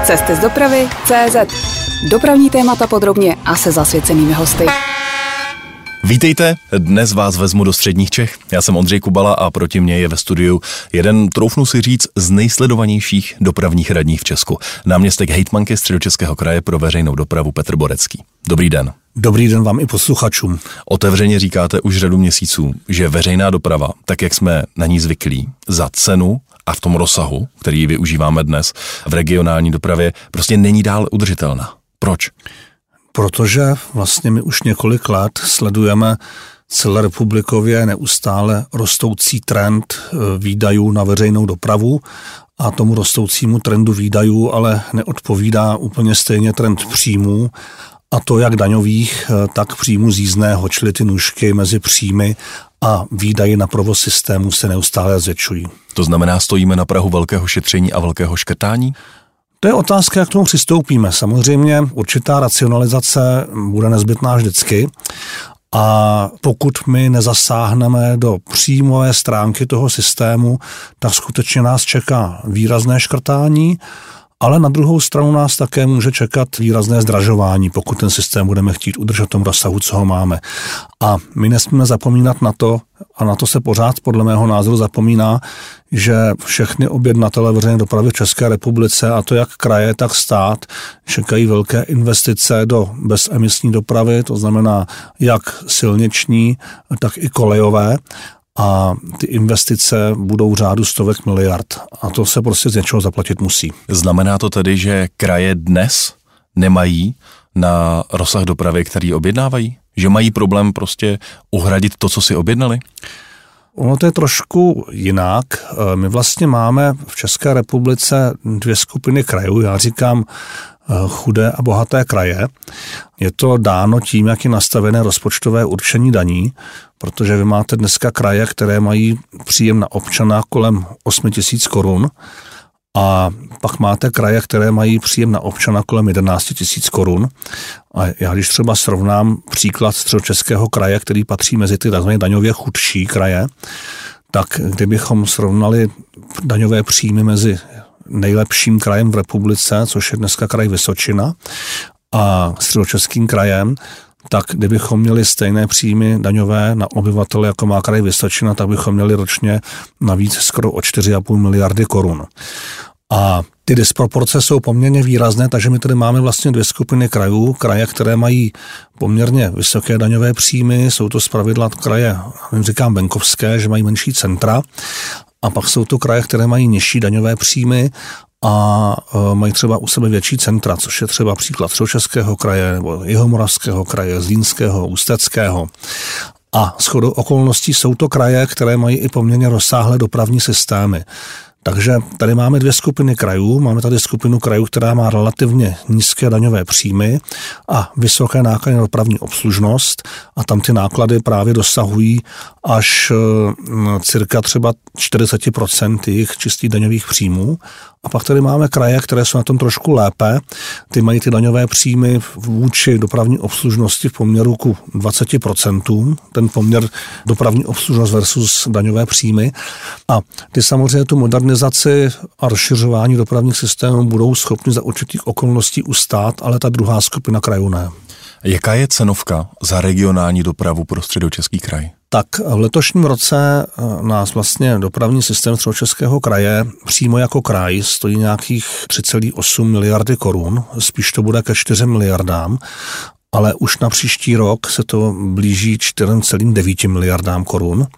Cesty z dopravy CZ. Dopravní témata podrobně a se zasvěcenými hosty. Vítejte, dnes vás vezmu do středních Čech. Já jsem Ondřej Kubala a proti mně je ve studiu jeden, troufnu si říct, z nejsledovanějších dopravních radních v Česku. Náměstek hejtmanky Středočeského kraje pro veřejnou dopravu Petr Borecký. Dobrý den. Dobrý den vám i posluchačům. Otevřeně říkáte už řadu měsíců, že veřejná doprava, tak jak jsme na ní zvyklí, za cenu a v tom rozsahu, který využíváme dnes v regionální dopravě, prostě není dál udržitelná. Proč? Protože vlastně my už několik let sledujeme celorepublikově neustále rostoucí trend výdajů na veřejnou dopravu a tomu rostoucímu trendu výdajů ale neodpovídá úplně stejně trend příjmů, a to jak daňových, tak příjmů z jízdného, čili ty nůžky mezi příjmy a výdaji na provoz systému se neustále zvětšují. To znamená, stojíme na prahu velkého šetření a velkého škrtání? To je otázka, jak k tomu přistoupíme. Samozřejmě určitá racionalizace bude nezbytná vždycky a pokud my nezasáhneme do příjmové stránky toho systému, tak skutečně nás čeká výrazné škrtání, ale na druhou stranu nás také může čekat výrazné zdražování, pokud ten systém budeme chtít udržet v tom rozsahu, co ho máme. A my nesmíme zapomínat na to, a na to se pořád podle mého názoru zapomíná, že všechny objednatele veřejné dopravy v České republice, a to jak kraje, tak stát, čekají velké investice do bezemisní dopravy, to znamená jak silniční, tak i kolejové. A ty investice budou v řádu stovek miliard. A to se prostě z něčeho zaplatit musí. Znamená to tedy, že kraje dnes nemají na rozsah dopravy, který objednávají? Že mají problém prostě uhradit to, co si objednali? Ono to je trošku jinak. My vlastně máme v České republice dvě skupiny krajů. Já říkám chudé a bohaté kraje. Je to dáno tím, jak je nastavené rozpočtové určení daní, protože vy máte dneska kraje, které mají příjem na občana kolem 8 000 korun a pak máte kraje, které mají příjem na občana kolem 11 000 korun. A já když třeba srovnám příklad Středočeského kraje, který patří mezi ty tzv. Daňově chudší kraje, tak kdybychom srovnali daňové příjmy mezi nejlepším krajem v republice, což je dneska kraj Vysočina, a Středočeským krajem, tak kdybychom měli stejné příjmy daňové na obyvatele, jako má kraj Vysočina, tak bychom měli ročně navíc skoro o 4,5 miliardy korun. A ty disproporce jsou poměrně výrazné, takže my tady máme vlastně dvě skupiny krajů. Kraje, které mají poměrně vysoké daňové příjmy, jsou to zpravidla kraje, říkám venkovské, že mají menší centra. A pak jsou to kraje, které mají nižší daňové příjmy a mají třeba u sebe větší centra, což je třeba příklad Středočeského kraje nebo Jihomoravského kraje, Zlínského, Ústeckého. A shodou okolností jsou to kraje, které mají i poměrně rozsáhlé dopravní systémy. Takže tady máme dvě skupiny krajů. Máme tady skupinu krajů, která má relativně nízké daňové příjmy a vysoké náklady na dopravní obslužnost a tam ty náklady právě dosahují až cirka třeba 40% jejich čistých daňových příjmů. A pak tady máme kraje, které jsou na tom trošku lépe. Ty mají ty daňové příjmy vůči dopravní obslužnosti v poměru ku 20%. Ten poměr dopravní obslužnost versus daňové příjmy. A ty samozřejmě tu modernizaci a rozšiřování dopravních systémů budou schopni za určitých okolností ustát, ale ta druhá skupina krajů ne. Jaká je cenovka za regionální dopravu pro Středočeský kraj? Tak v letošním roce nás vlastně dopravní systém Středočeského kraje přímo jako kraj stojí nějakých 3,8 miliardy korun, spíš to bude ke 4 miliardám, ale už na příští rok se to blíží 4,9 miliardám korun.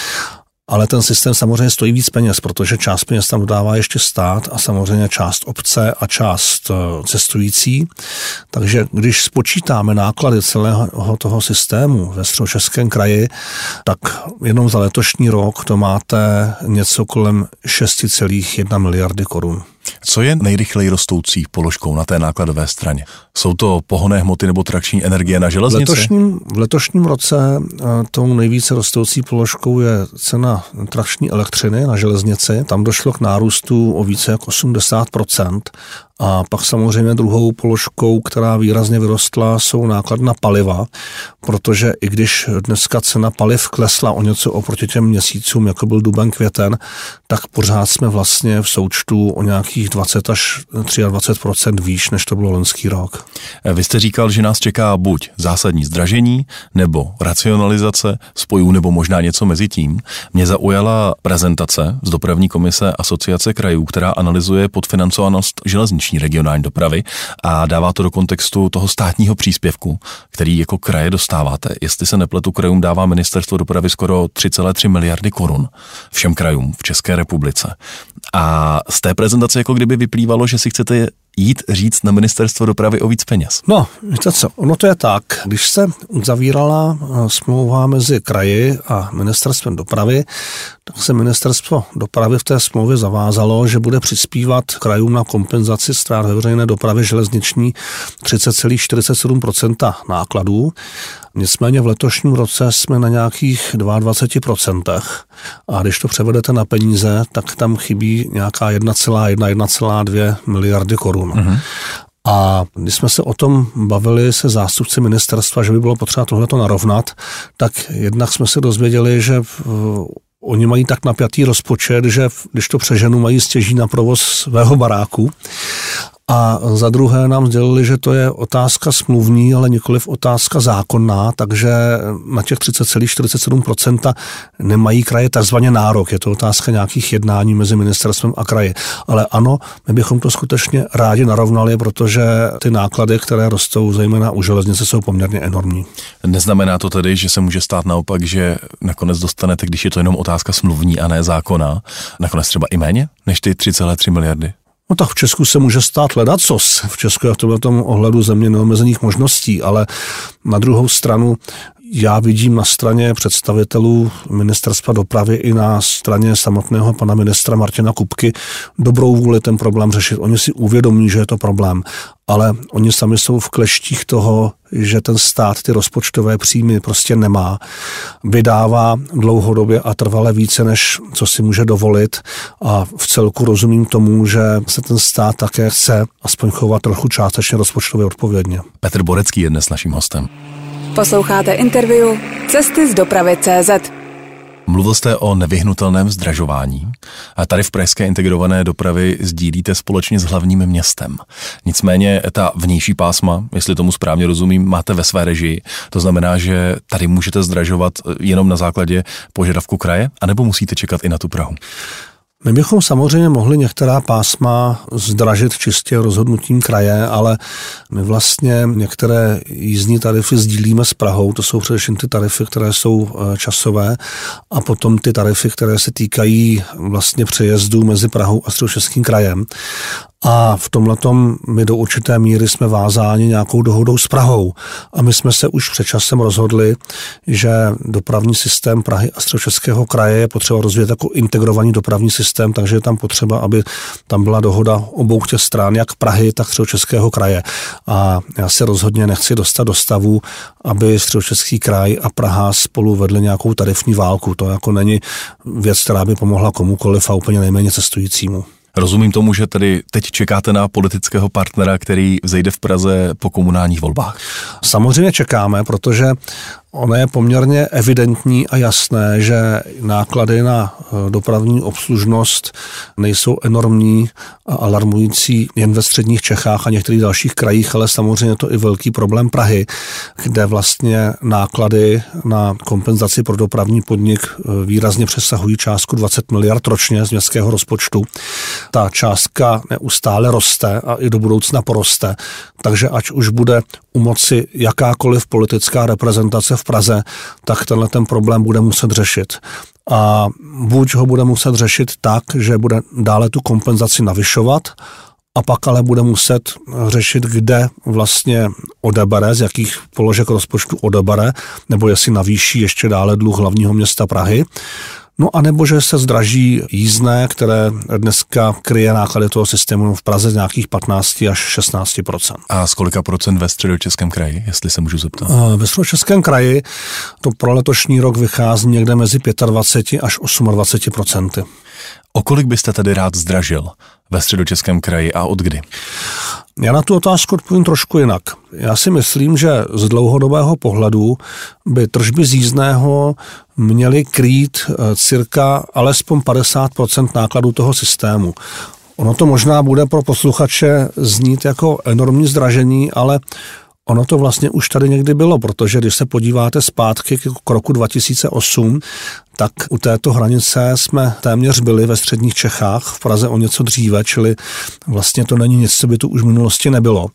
Ale ten systém samozřejmě stojí víc peněz, protože část peněz tam dodává ještě stát a samozřejmě část obce a část cestující. Takže když spočítáme náklady celého toho systému ve Středočeském kraji, tak jenom za letošní rok to máte něco kolem 6,1 miliardy korun. Co je nejrychleji rostoucí položkou na té nákladové straně? Jsou to pohonné hmoty nebo trakční energie na železnici? V letošním roce tou nejvíce rostoucí položkou je cena trakční elektřiny na železnici. Tam došlo k nárůstu o více jak 80%. A pak samozřejmě druhou položkou, která výrazně vyrostla, jsou náklady na paliva, protože i když dneska cena paliv klesla o něco oproti těm měsícům, jako byl duben, květen, tak pořád jsme vlastně v součtu o nějakých 20 až 23% výš, než to bylo loňský rok. Vy jste říkal, že nás čeká buď zásadní zdražení, nebo racionalizace spojů, nebo možná něco mezi tím. Mě zaujala prezentace z dopravní komise Asociace krajů, která analyzuje podfinancovanost železniční regionální dopravy a dává to do kontextu toho státního příspěvku, který jako kraje dostáváte. Jestli se nepletu, krajům dává ministerstvo dopravy skoro 3,3 miliardy korun všem krajům v České republice. A z té prezentace jako kdyby vyplývalo, že si chcete jít říct na ministerstvo dopravy o víc peněz. No, víte co, ono to je tak, když se uzavírala smlouva mezi kraji a ministerstvem dopravy, tak se ministerstvo dopravy v té smlouvě zavázalo, že bude přispívat krajům na kompenzaci ztrát ve veřejné dopravě železniční 30,47% nákladů. Nicméně v letošním roce jsme na nějakých 22%. A když to převedete na peníze, tak tam chybí nějaká 1,2 miliardy korun. Mm-hmm. A když jsme se o tom bavili se zástupci ministerstva, že by bylo potřeba tohleto narovnat, tak jednak jsme se dozvěděli, že oni mají tak napjatý rozpočet, že když to přeženu, mají stěží na provoz svého baráku. A za druhé nám sdělili, že to je otázka smluvní, ale nikoliv otázka zákonná, takže na těch 30,47% nemají kraje takzvaně nárok. Je to otázka nějakých jednání mezi ministerstvem a kraji. Ale ano, my bychom to skutečně rádi narovnali, protože ty náklady, které rostou zejména u železnice, jsou poměrně enormní. Neznamená to tedy, že se může stát naopak, že nakonec dostanete, když je to jenom otázka smluvní a ne zákona, nakonec třeba i méně než ty 3,3 miliardy? No tak v Česku se může stát ledacos. V Česku je v tomto ohledu země neomezených možností, ale na druhou stranu já vidím na straně představitelů ministerstva dopravy i na straně samotného pana ministra Martina Kupky dobrou vůli ten problém řešit. Oni si uvědomí, že je to problém, ale oni sami jsou v kleštích toho, že ten stát ty rozpočtové příjmy prostě nemá. Vydává dlouhodobě a trvale více, než co si může dovolit a v celku rozumím tomu, že se ten stát také chce aspoň chovat trochu částečně rozpočtově odpovědně. Petr Borecký je dnes naším hostem. Posloucháte interview Cesty z dopravy.cz. Mluvil jste o nevyhnutelném zdražování a tady v pražské integrované dopravy sdílíte společně s hlavním městem. Nicméně ta vnější pásma, jestli tomu správně rozumím, máte ve své režii. To znamená, že tady můžete zdražovat jenom na základě požadavku kraje, anebo musíte čekat i na tu Prahu? My bychom samozřejmě mohli některá pásma zdražit čistě rozhodnutím kraje, ale my vlastně některé jízdní tarify sdílíme s Prahou, to jsou především ty tarify, které jsou časové a potom ty tarify, které se týkají vlastně přejezdů mezi Prahou a Středočeským krajem. A v tomhletom my do určité míry jsme vázáni nějakou dohodou s Prahou. A my jsme se už před časem rozhodli, že dopravní systém Prahy a Středočeského kraje je potřeba rozvíjet jako integrovaný dopravní systém, takže je tam potřeba, aby tam byla dohoda obou těch stran, jak Prahy, tak Středočeského kraje. A já se rozhodně nechci dostat do stavu, aby Středočeský kraj a Praha spolu vedli nějakou tarifní válku. To jako není věc, která by pomohla komukoliv a úplně nejméně cestujícímu. Rozumím tomu, že tedy teď čekáte na politického partnera, který vzejde v Praze po komunálních volbách? Samozřejmě čekáme, protože ono je poměrně evidentní a jasné, že náklady na dopravní obslužnost nejsou enormní a alarmující jen ve středních Čechách a některých dalších krajích, ale samozřejmě je to i velký problém Prahy, kde vlastně náklady na kompenzaci pro dopravní podnik výrazně přesahují částku 20 miliard ročně z městského rozpočtu. Ta částka neustále roste a i do budoucna poroste, takže ať už bude u moci jakákoliv politická reprezentace v Praze, tak tenhle ten problém bude muset řešit. A buď ho bude muset řešit tak, že bude dále tu kompenzaci navyšovat, a pak ale bude muset řešit, kde vlastně odebere, z jakých položek rozpočtu odebere, nebo jestli navýší ještě dále dluh hlavního města Prahy. No a nebo že se zdraží jízdné, které dneska kryje náklady toho systému v Praze z nějakých 15 až 16%. A z kolika procent ve Středočeském kraji, jestli se můžu zeptat? Ve Středočeském kraji to pro letošní rok vychází někde mezi 25 až 28%. O kolik byste tedy rád zdražil ve Středočeském kraji a od kdy? Já na tu otázku odpovím trošku jinak. Já si myslím, že z dlouhodobého pohledu by tržby z jízdného měly krýt cirka alespoň 50% nákladů toho systému. Ono to možná bude pro posluchače znít jako enormní zdražení, ale ono to vlastně už tady někdy bylo, protože když se podíváte zpátky k roku 2008, tak u této hranice jsme téměř byli ve středních Čechách, v Praze o něco dříve, čili vlastně to není nic, co by tu už v minulosti nebylo.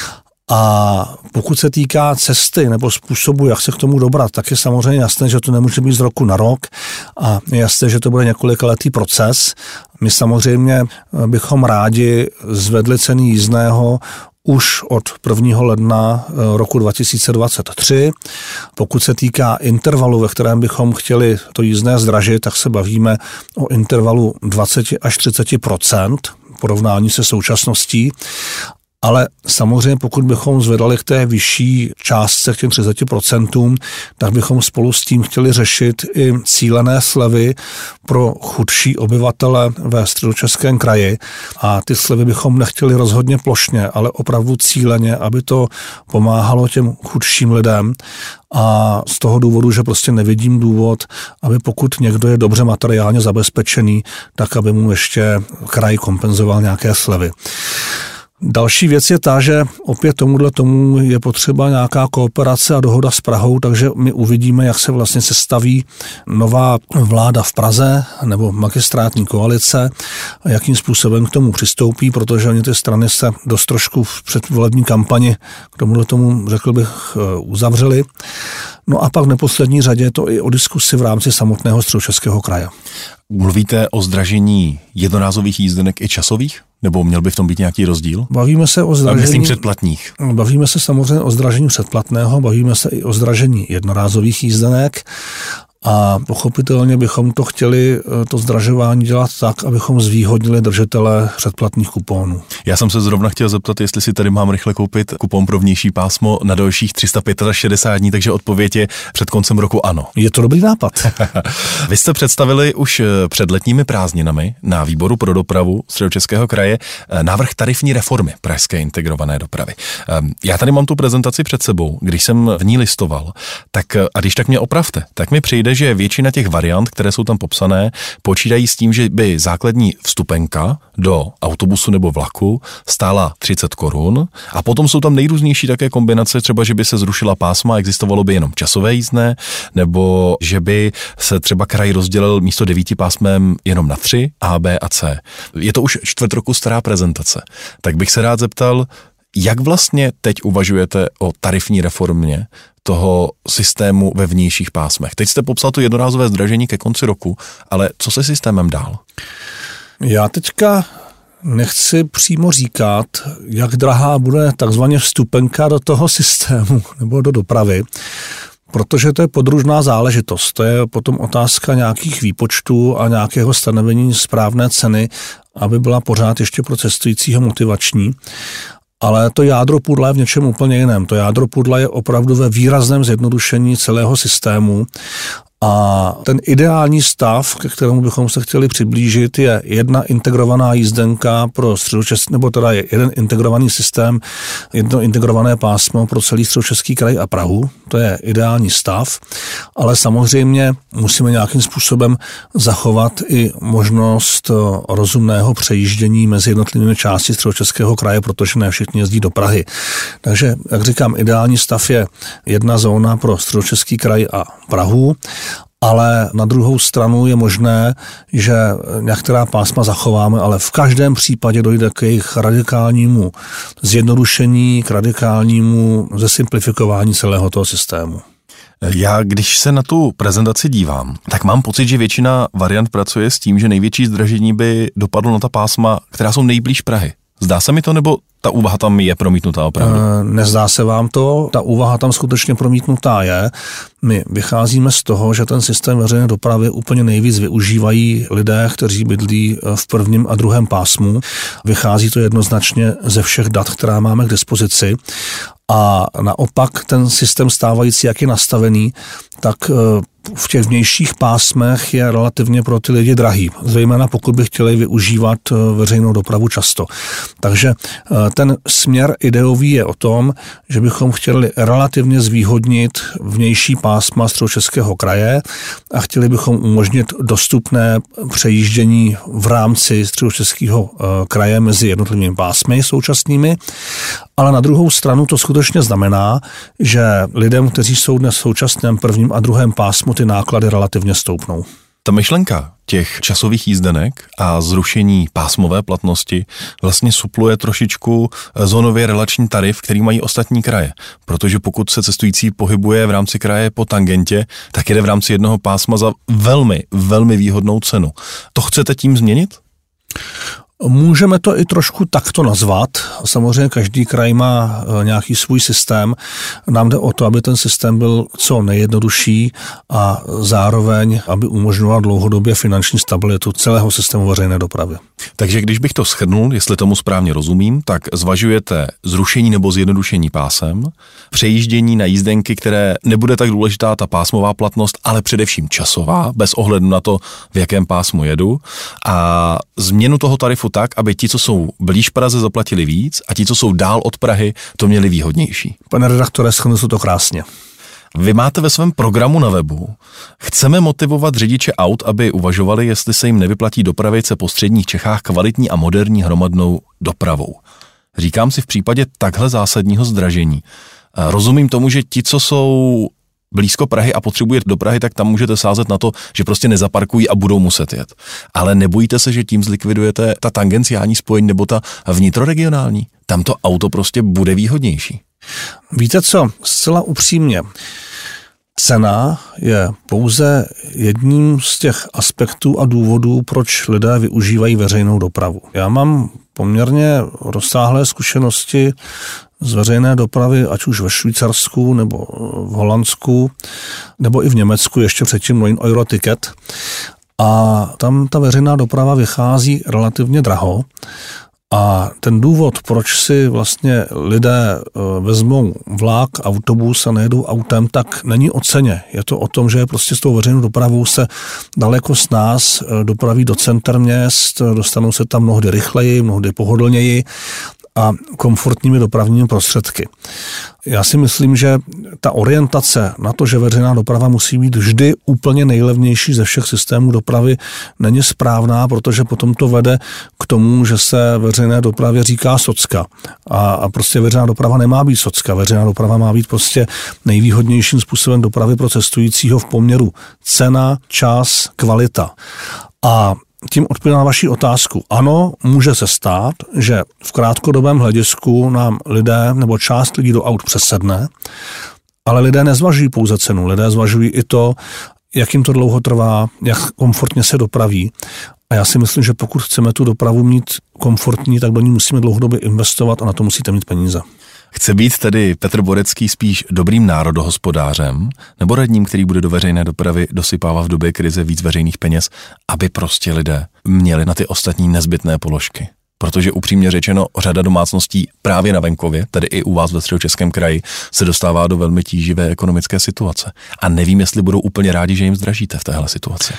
A pokud se týká cesty nebo způsobu, jak se k tomu dobrat, tak je samozřejmě jasné, že to nemůže být z roku na rok a je jasné, že to bude několikaletý proces. My samozřejmě bychom rádi zvedli ceny jízdného už od 1. ledna roku 2023. Pokud se týká intervalu, ve kterém bychom chtěli to jízdné zdražit, tak se bavíme o intervalu 20 až 30% v porovnání se současností. Ale samozřejmě pokud bychom zvedali k té vyšší částce, k těm 30%, tak bychom spolu s tím chtěli řešit i cílené slevy pro chudší obyvatele ve Středočeském kraji. A ty slevy bychom nechtěli rozhodně plošně, ale opravdu cíleně, aby to pomáhalo těm chudším lidem. A z toho důvodu, že prostě nevidím důvod, aby pokud někdo je dobře materiálně zabezpečený, tak aby mu ještě kraj kompenzoval nějaké slevy. Další věc je ta, že opět tomu je potřeba nějaká kooperace a dohoda s Prahou, takže my uvidíme, jak se vlastně sestaví nová vláda v Praze nebo magistrátní koalice a jakým způsobem k tomu přistoupí, protože oni ty strany se dost trošku v předvolební kampani k tomu, řekl bych, uzavřeli. No a pak v neposlední řadě je to i o diskusi v rámci samotného Středočeského kraje. Mluvíte o zdražení jednorázových jízdenek i časových? Nebo měl by v tom být nějaký rozdíl? Bavíme se o zdražení. Myslím předplatných. Bavíme se samozřejmě o zdražení předplatného, bavíme se i o zdražení jednorázových jízdenek. A pochopitelně bychom to chtěli, to zdražování dělat tak, abychom zvýhodnili držitele předplatných kuponů. Já jsem se zrovna chtěl zeptat, jestli si tady mám rychle koupit kupon pro vnější pásmo na dalších 365 dní, takže odpověď je před koncem roku ano. Je to dobrý nápad. Vy jste představili už před letními prázdninami na výboru pro dopravu Středočeského kraje návrh tarifní reformy pražské integrované dopravy. Já tady mám tu prezentaci před sebou, když jsem v ní listoval, tak a když tak mě opravte, tak mi přijde, že většina těch variant, které jsou tam popsané, počítají s tím, že by základní vstupenka do autobusu nebo vlaku stála 30 korun a potom jsou tam nejrůznější také kombinace, třeba, že by se zrušila pásma, existovalo by jenom časové jízdné, nebo že by se třeba kraj rozdělil místo 9 pásmem jenom na 3, A, B a C. Je to už čtvrt roku stará prezentace. Tak bych se rád zeptal, jak vlastně teď uvažujete o tarifní reformě toho systému ve vnějších pásmech? Teď jste popsal to jednorázové zdražení ke konci roku, ale co se systémem dál? Já teďka nechci přímo říkat, jak drahá bude takzvaně vstupenka do toho systému nebo do dopravy, protože to je podružná záležitost. To je potom otázka nějakých výpočtů a nějakého stanovení správné ceny, aby byla pořád ještě pro cestujícího motivační. Ale to jádro pudla je v něčem úplně jiném. To jádro pudla je opravdu ve výrazném zjednodušení celého systému. A ten ideální stav, ke kterému bychom se chtěli přiblížit, je jedna integrovaná jízdenka pro Středočeský, nebo teda je jeden integrovaný systém, jedno integrované pásmo pro celý Středočeský kraj a Prahu. To je ideální stav, ale samozřejmě musíme nějakým způsobem zachovat i možnost rozumného přejíždění mezi jednotlivými části Středočeského kraje, protože ne všichni jezdí do Prahy. Takže, jak říkám, ideální stav je jedna zóna pro Středočeský kraj a Prahu, ale na druhou stranu je možné, že některá pásma zachováme, ale v každém případě dojde k jejich radikálnímu zjednodušení, k radikálnímu zesimplifikování celého toho systému. Já, když se na tu prezentaci dívám, tak mám pocit, že většina variant pracuje s tím, že největší zdražení by dopadlo na ta pásma, která jsou nejblíž Prahy. Zdá se mi to, nebo ta úvaha tam je promítnutá opravdu? Nezdá se vám to, ta úvaha tam skutečně promítnutá je. My vycházíme z toho, že ten systém veřejné dopravy úplně nejvíc využívají lidé, kteří bydlí v prvním a druhém pásmu. Vychází to jednoznačně ze všech dat, která máme k dispozici. A naopak ten systém stávající, jak je nastavený, tak v těch vnějších pásmech je relativně pro ty lidi drahý, zejména pokud by chtěli využívat veřejnou dopravu často. Takže ten směr ideový je o tom, že bychom chtěli relativně zvýhodnit vnější pásma Středočeského kraje a chtěli bychom umožnit dostupné přejíždění v rámci Středočeského kraje mezi jednotlivými pásmy současnými, ale na druhou stranu to skutečně znamená, že lidem, kteří jsou dnes v současném prvním a druhém pásmu, ty náklady relativně stoupnou. Ta myšlenka těch časových jízdenek a zrušení pásmové platnosti vlastně supluje trošičku zónově relační tarif, který mají ostatní kraje. Protože pokud se cestující pohybuje v rámci kraje po tangentě, tak jede v rámci jednoho pásma za velmi, velmi výhodnou cenu. To chcete tím změnit? Můžeme to i trošku takto nazvat. Samozřejmě každý kraj má nějaký svůj systém. Nám jde o to, aby ten systém byl co nejjednodušší a zároveň, aby umožňoval dlouhodobě finanční stabilitu celého systému veřejné dopravy. Takže když bych to shrnul, jestli tomu správně rozumím, tak zvažujete zrušení nebo zjednodušení pásem, přejíždění na jízdenky, které nebude tak důležitá ta pásmová platnost, ale především časová, bez ohledu na to, v jakém pásmu jedu, a změnu toho tarifu tak, aby ti, co jsou blíž Praze, zaplatili víc a ti, co jsou dál od Prahy, to měli výhodnější. Pane redaktore, shrnul jste to krásně. Vy máte ve svém programu na webu: chceme motivovat řidiče aut, aby uvažovali, jestli se jim nevyplatí dopravit se po středních Čechách kvalitní a moderní hromadnou dopravou. Říkám si v případě takhle zásadního zdražení. Rozumím tomu, že ti, co jsou blízko Prahy a potřebuje do Prahy, tak tam můžete sázet na to, že prostě nezaparkují a budou muset jet. Ale nebojíte se, že tím zlikvidujete ta tangenciální spojení nebo ta vnitroregionální? Tam to auto prostě bude výhodnější. Víte co, zcela upřímně, cena je pouze jedním z těch aspektů a důvodů, proč lidé využívají veřejnou dopravu. Já mám poměrně rozsáhlé zkušenosti z veřejné dopravy, ať už ve Švýcarsku, nebo v Holandsku, nebo i v Německu, ještě předtím novým Euroticket. A tam ta veřejná doprava vychází relativně draho. A ten důvod, proč si vlastně lidé vezmou vlak, autobus a nejedou autem, tak není o ceně. Je to o tom, že prostě s tou veřejnou dopravou se daleko z nás dopraví do center měst, dostanou se tam mnohdy rychleji, mnohdy pohodlněji a komfortními dopravními prostředky. Já si myslím, že ta orientace na to, že veřejná doprava musí být vždy úplně nejlevnější ze všech systémů dopravy, není správná, protože potom to vede k tomu, že se veřejné dopravě říká socka. A prostě veřejná doprava nemá být socka. Veřejná doprava má být prostě nejvýhodnějším způsobem dopravy pro cestujícího v poměru cena, čas, kvalita. A tím odpovědám na vaši otázku. Ano, může se stát, že v krátkodobém hledisku nám lidé nebo část lidí do aut přesedne, ale lidé nezvažují pouze cenu, lidé zvažují i to, jak jim to dlouho trvá, jak komfortně se dopraví. A já si myslím, že pokud chceme tu dopravu mít komfortní, tak do ní musíme dlouhodobě investovat a na to musíte mít peníze. Chce být tedy Petr Borecký spíš dobrým národohospodářem nebo radním, který bude do veřejné dopravy dosypávat v době krize víc veřejných peněz, aby prostě lidé měli na ty ostatní nezbytné položky? Protože upřímně řečeno, řada domácností právě na venkově, tedy i u vás ve Středočeském kraji, se dostává do velmi tíživé ekonomické situace. A nevím, jestli budou úplně rádi, že jim zdražíte v téhle situaci.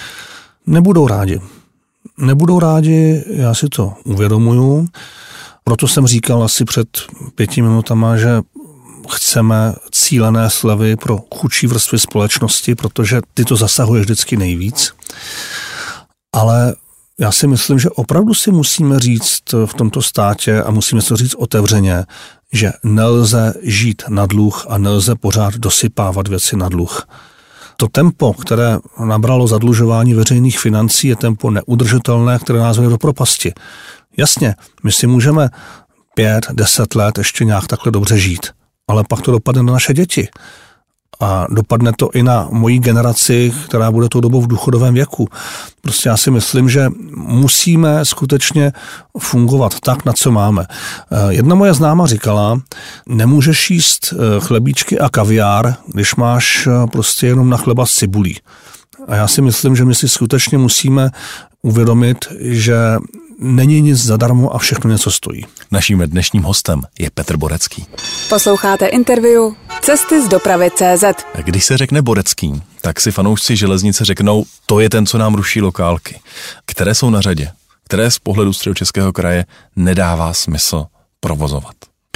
Nebudou rádi, já si to uvědomuju. Proto jsem říkal asi před 5 minutama, že chceme cílené slevy pro chudší vrstvy společnosti, protože ty to zasahuje vždycky nejvíc. Ale já si myslím, že opravdu si musíme říct v tomto státě a musíme to říct otevřeně, že nelze žít na dluh a nelze pořád dosypávat věci na dluh. To tempo, které nabralo zadlužování veřejných financí, je tempo neudržitelné, které nás vede do propasti. Jasně, my si můžeme 5-10 let ještě nějak takhle dobře žít, ale pak to dopadne na naše děti. A dopadne to i na moji generaci, která bude tou dobou v důchodovém věku. Prostě já si myslím, že musíme skutečně fungovat tak, na co máme. Jedna moje známa říkala, nemůžeš jíst chlebíčky a kaviár, když máš prostě jenom na chleba s cibulí. A já si myslím, že my si skutečně musíme uvědomit, že není nic zadarmo a všechno něco stojí. Naším dnešním hostem je Petr Borecký. Posloucháte interview Cesty z dopravy.cz. Když se řekne Borecký, tak si fanoušci železnice řeknou, to je ten, co nám ruší lokálky. Které jsou na řadě? Které z pohledu Středočeského kraje nedává smysl provozovat?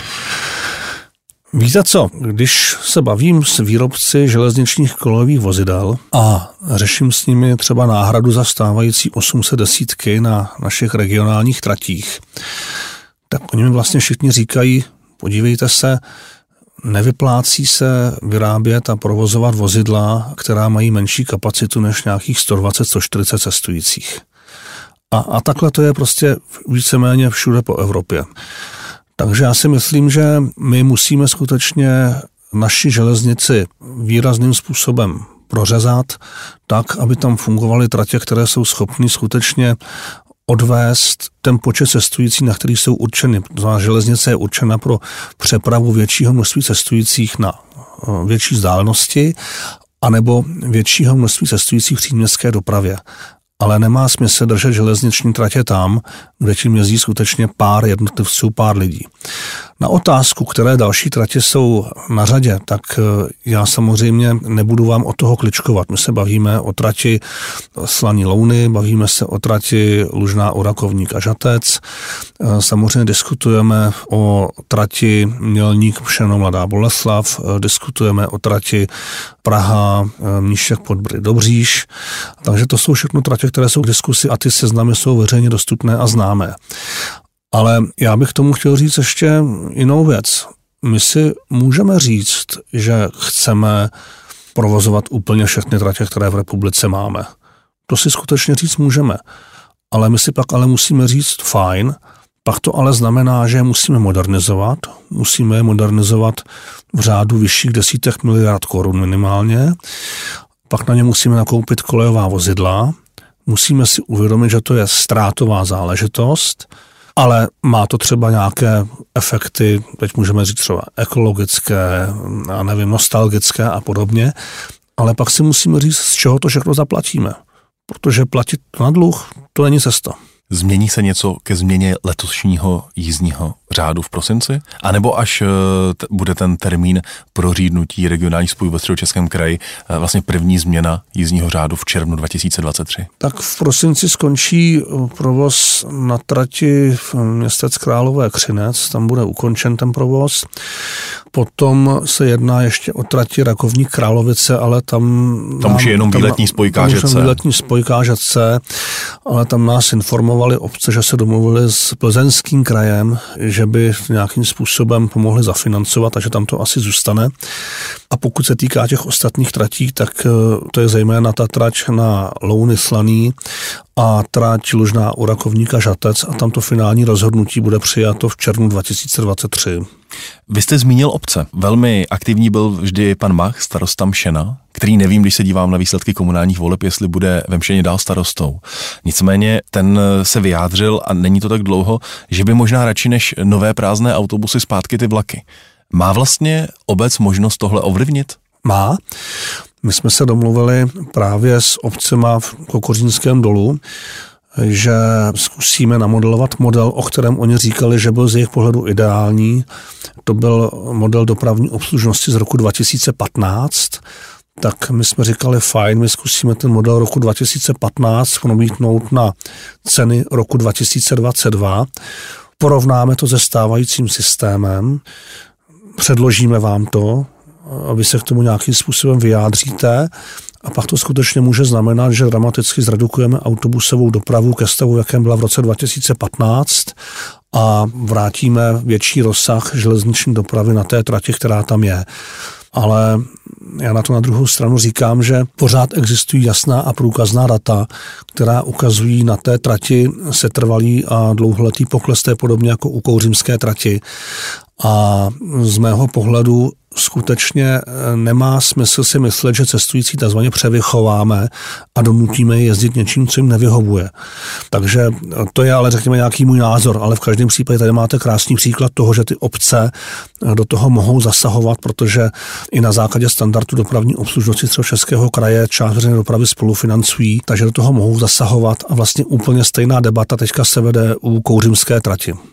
Víte co, když se bavím s výrobci železničních kolejových vozidel a řeším s nimi třeba náhradu za stávající 810 na našich regionálních tratích, tak oni mi vlastně všichni říkají, podívejte se, nevyplácí se vyrábět a provozovat vozidla, která mají menší kapacitu než nějakých 120-140 cestujících. A takhle to je prostě víceméně všude po Evropě. Takže já si myslím, že my musíme skutečně naši železnici výrazným způsobem prořezat tak, aby tam fungovaly tratě, které jsou schopny skutečně odvést ten počet cestujících, na který jsou určeny. Železnice je určena pro přepravu většího množství cestujících na větší vzdálenosti anebo většího množství cestujících v příměstské dopravě. Ale nemá smysl držet železniční tratě tam, kde tím jezdí skutečně pár jednotlivců, pár lidí. Na otázku, které další tratě jsou na řadě, tak já samozřejmě nebudu vám od toho kličkovat. My se bavíme o trati Slaný Louny, bavíme se o trati Lužná Orakovník a Žatec, samozřejmě diskutujeme o trati Mělník Pšeno Mladá Boleslav, diskutujeme o trati Praha Mníšek Podbrdy Dobříš, takže to jsou všechno tratě, které jsou k diskusi a ty seznamy jsou veřejně dostupné a známé. Ale já bych tomu chtěl říct ještě jinou věc. My si můžeme říct, že chceme provozovat úplně všechny tratě, které v republice máme. To si skutečně říct můžeme. Ale my si pak musíme říct fajn, pak to ale znamená, že je musíme je modernizovat v řádu vyšších desítek miliard korun minimálně, pak na ně musíme nakoupit kolejová vozidla, musíme si uvědomit, že to je ztrátová záležitost, ale má to třeba nějaké efekty, teď můžeme říct třeba ekologické, nostalgické a podobně, ale pak si musíme říct, z čeho to všechno zaplatíme, protože platit na dluh, to není cesta. Změní se něco ke změně letošního jízdního řádu v prosinci? A nebo až bude ten termín prořídnutí regionálních spojů ve Středočeském kraji vlastně první změna jízdního řádu v červnu 2023? Tak v prosinci skončí provoz na trati Městec Králové Křinec, tam bude ukončen ten provoz. Potom se jedná ještě o trati Rakovník Královice, ale tam už je jenom výletní spoj Žatce, ale tam nás informovali obce, že se domluvili s Plzeňským krajem, že by nějakým způsobem pomohli zafinancovat a že tam to asi zůstane. A pokud se týká těch ostatních tratí, tak to je zejména ta trať na Louny Slaný a trať Lužná u Rakovníka Žatec a tam to finální rozhodnutí bude přijato v červnu 2023. Vy jste zmínil obce. Velmi aktivní byl vždy pan Mach, starosta Mšena, který nevím, když se dívám na výsledky komunálních voleb, jestli bude ve Mšeně dál starostou. Nicméně ten se vyjádřil, a není to tak dlouho, že by možná radši než nové prázdné autobusy zpátky ty vlaky. Má vlastně obec možnost tohle ovlivnit? Má. My jsme se domluvili právě s obcema v Kokořínském dolu, že zkusíme namodelovat model, o kterém oni říkali, že byl z jejich pohledu ideální. To byl model dopravní obslužnosti z roku 2015. Tak my jsme říkali fajn, my zkusíme ten model roku 2015 promítnout na ceny roku 2022. Porovnáme to se stávajícím systémem, předložíme vám to, aby se k tomu nějakým způsobem vyjádříte a pak to skutečně může znamenat, že dramaticky zredukujeme autobusovou dopravu ke stavu, jakém byla v roce 2015 a vrátíme větší rozsah železniční dopravy na té trati, která tam je. Ale já na to na druhou stranu říkám, že pořád existují jasná a průkazná data, která ukazují na té trati setrvalý a dlouholetý pokles, to je podobně jako u kouřimské trati. A z mého pohledu skutečně nemá smysl si myslet, že cestující takzvaně převychováme a donutíme je jezdit něčím, co jim nevyhovuje. Takže to je ale řekněme nějaký můj názor, ale v každém případě tady máte krásný příklad toho, že ty obce do toho mohou zasahovat, protože i na základě standardu dopravní obslužnosti Středočeského kraje část veřejné dopravy spolufinancují, takže do toho mohou zasahovat a vlastně úplně stejná debata teďka se vede u kouřimské trati.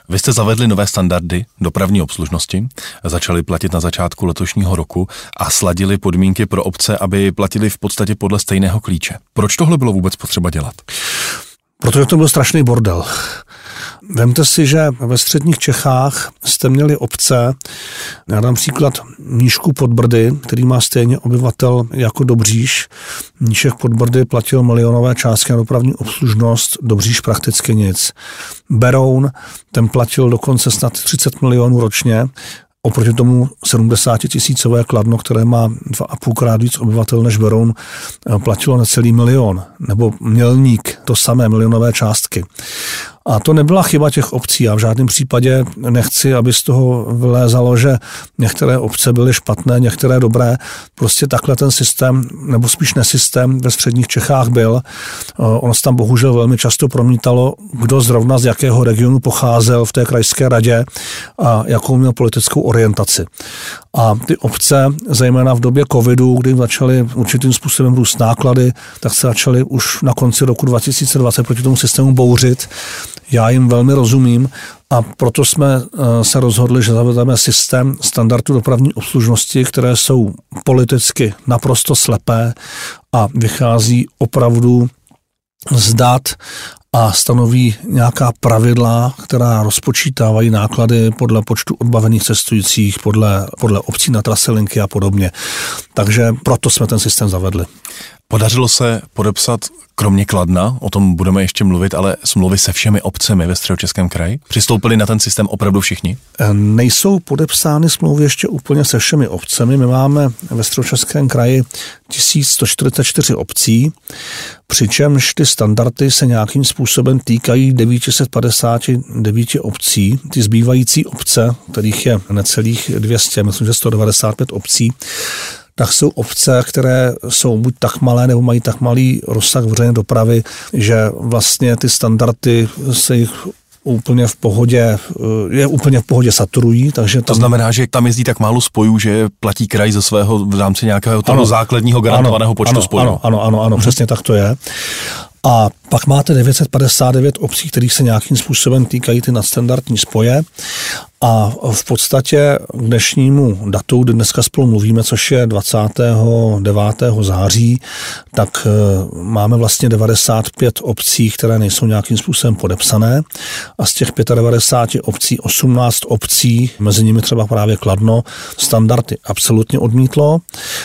Vy jste zavedli nové standardy dopravní obslužnosti, začali platit na začátku letošního roku a sladili podmínky pro obce, aby platili v podstatě podle stejného klíče. Proč tohle bylo vůbec potřeba dělat? Protože to byl strašný bordel. Vemte si, že ve středních Čechách jste měli obce, já dám příklad Mníšku pod Brdy, který má stejně obyvatel jako Dobříš. Mníšek pod Brdy platil milionové částky na dopravní obslužnost, Dobříš prakticky nic. Beroun, ten platil dokonce snad 30 milionů ročně, oproti tomu 70 000 Kladno, které má 2,5krát víc obyvatel než Beroun, platilo necelý milion. Nebo Mělník, to samé, milionové částky. A to nebyla chyba těch obcí. Já v žádném případě nechci, aby z toho vylézalo, že některé obce byly špatné, některé dobré. Prostě takhle ten systém, nebo spíš nesystém ve středních Čechách byl. Ono se tam bohužel velmi často promítalo, kdo zrovna z jakého regionu pocházel v té krajské radě a jakou měl politickou orientaci. A ty obce, zejména v době covidu, kdy začaly určitým způsobem růst náklady, tak se začaly už na konci roku 2020 proti tomu systému bouřit. Já jim velmi rozumím a proto jsme se rozhodli, že zavedeme systém standardu dopravní obslužnosti, které jsou politicky naprosto slepé a vychází opravdu z dat a stanoví nějaká pravidla, která rozpočítávají náklady podle počtu odbavených cestujících, podle obcí na trase linky a podobně. Takže proto jsme ten systém zavedli. Podařilo se podepsat, kromě Kladna, o tom budeme ještě mluvit, ale smlouvy se všemi obcemi ve Středočeském kraji? Přistoupili na ten systém opravdu všichni? Nejsou podepsány smlouvy ještě úplně se všemi obcemi. My máme ve Středočeském kraji 1144 obcí, přičemž ty standardy se nějakým způsobem týkají 959 obcí. Ty zbývající obce, kterých je necelých 200, myslím, že 195 obcí, tak jsou obce, které jsou buď tak malé, nebo mají tak malý rozsah veřejné dopravy, že vlastně ty standardy se jich úplně v pohodě saturují. Takže to znamená, že tam jezdí tak málo spojů, že platí kraj ze svého v rámci nějakého toho základního garantovaného počtu spojů. Ano, přesně tak to je. A pak máte 959 obcí, kterých se nějakým způsobem týkají ty nadstandardní spoje. A v podstatě k dnešnímu datu, kdy dneska spolu mluvíme, což je 29. září, tak máme vlastně 95 obcí, které nejsou nějakým způsobem podepsané. A z těch 95 obcí 18 obcí, mezi nimi třeba právě Kladno, standardy absolutně odmítlo.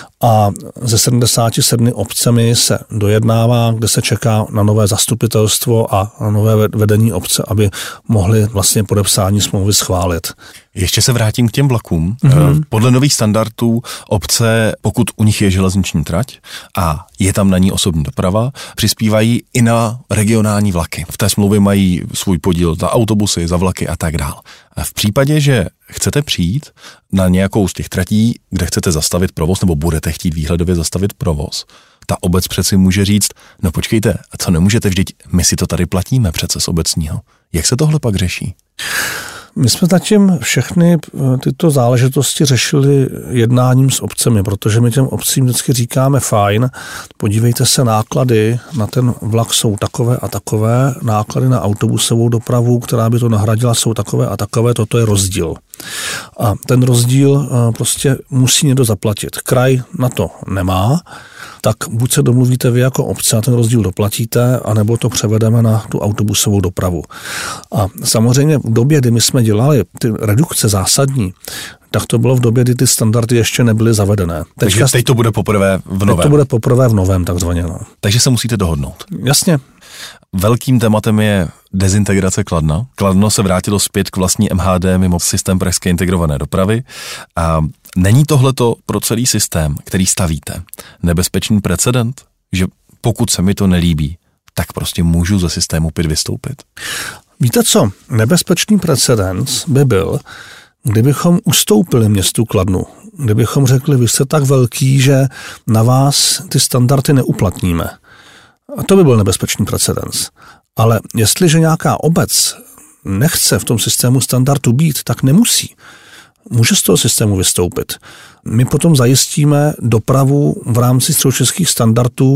A ze 77 obcemi se dojednává, kde se čeká na nové zastupitelstvo a na nové vedení obce, aby mohli vlastně podepsání smlouvy schválit. Ještě se vrátím k těm vlakům. Podle nových standardů obce, pokud u nich je železniční trať a je tam na ní osobní doprava, přispívají i na regionální vlaky. V té smlouvě mají svůj podíl za autobusy, za vlaky a tak dál. V případě, že chcete přijít na nějakou z těch tratí, kde chcete zastavit provoz, nebo budete chtít výhledově zastavit provoz, ta obec přeci může říct, no počkejte, co nemůžete, vždyť my si to tady platíme přece z obecního. Jak se tohle pak řeší? My jsme zatím všechny tyto záležitosti řešili jednáním s obcemi, protože my těm obcím vždycky říkáme fajn, podívejte se, náklady na ten vlak jsou takové a takové, náklady na autobusovou dopravu, která by to nahradila, jsou takové a takové, toto je rozdíl. A ten rozdíl prostě musí někdo zaplatit. Kraj na to nemá, tak buď se domluvíte vy jako obce a ten rozdíl doplatíte, anebo to převedeme na tu autobusovou dopravu. A samozřejmě v době, kdy my jsme dělali ty redukce zásadní, tak to bylo v době, kdy ty standardy ještě nebyly zavedené. Takže teď to bude poprvé v novém. Teď to bude poprvé v novém, takzvaně. No. Takže se musíte dohodnout. Jasně. Velkým tématem je dezintegrace Kladna. Kladno se vrátilo zpět k vlastní MHD mimo systém pražské integrované dopravy. A není tohleto pro celý systém, který stavíte, nebezpečný precedent, že pokud se mi to nelíbí, tak prostě můžu ze systému opět vystoupit? Víte co? Nebezpečný precedens by byl, kdybychom ustoupili městu Kladnu, kdybychom řekli, vy jste tak velký, že na vás ty standardy neuplatníme. A to by byl nebezpečný precedens. Ale jestliže nějaká obec nechce v tom systému standardu být, tak nemusí. Může z toho systému vystoupit. My potom zajistíme dopravu v rámci středočeských standardů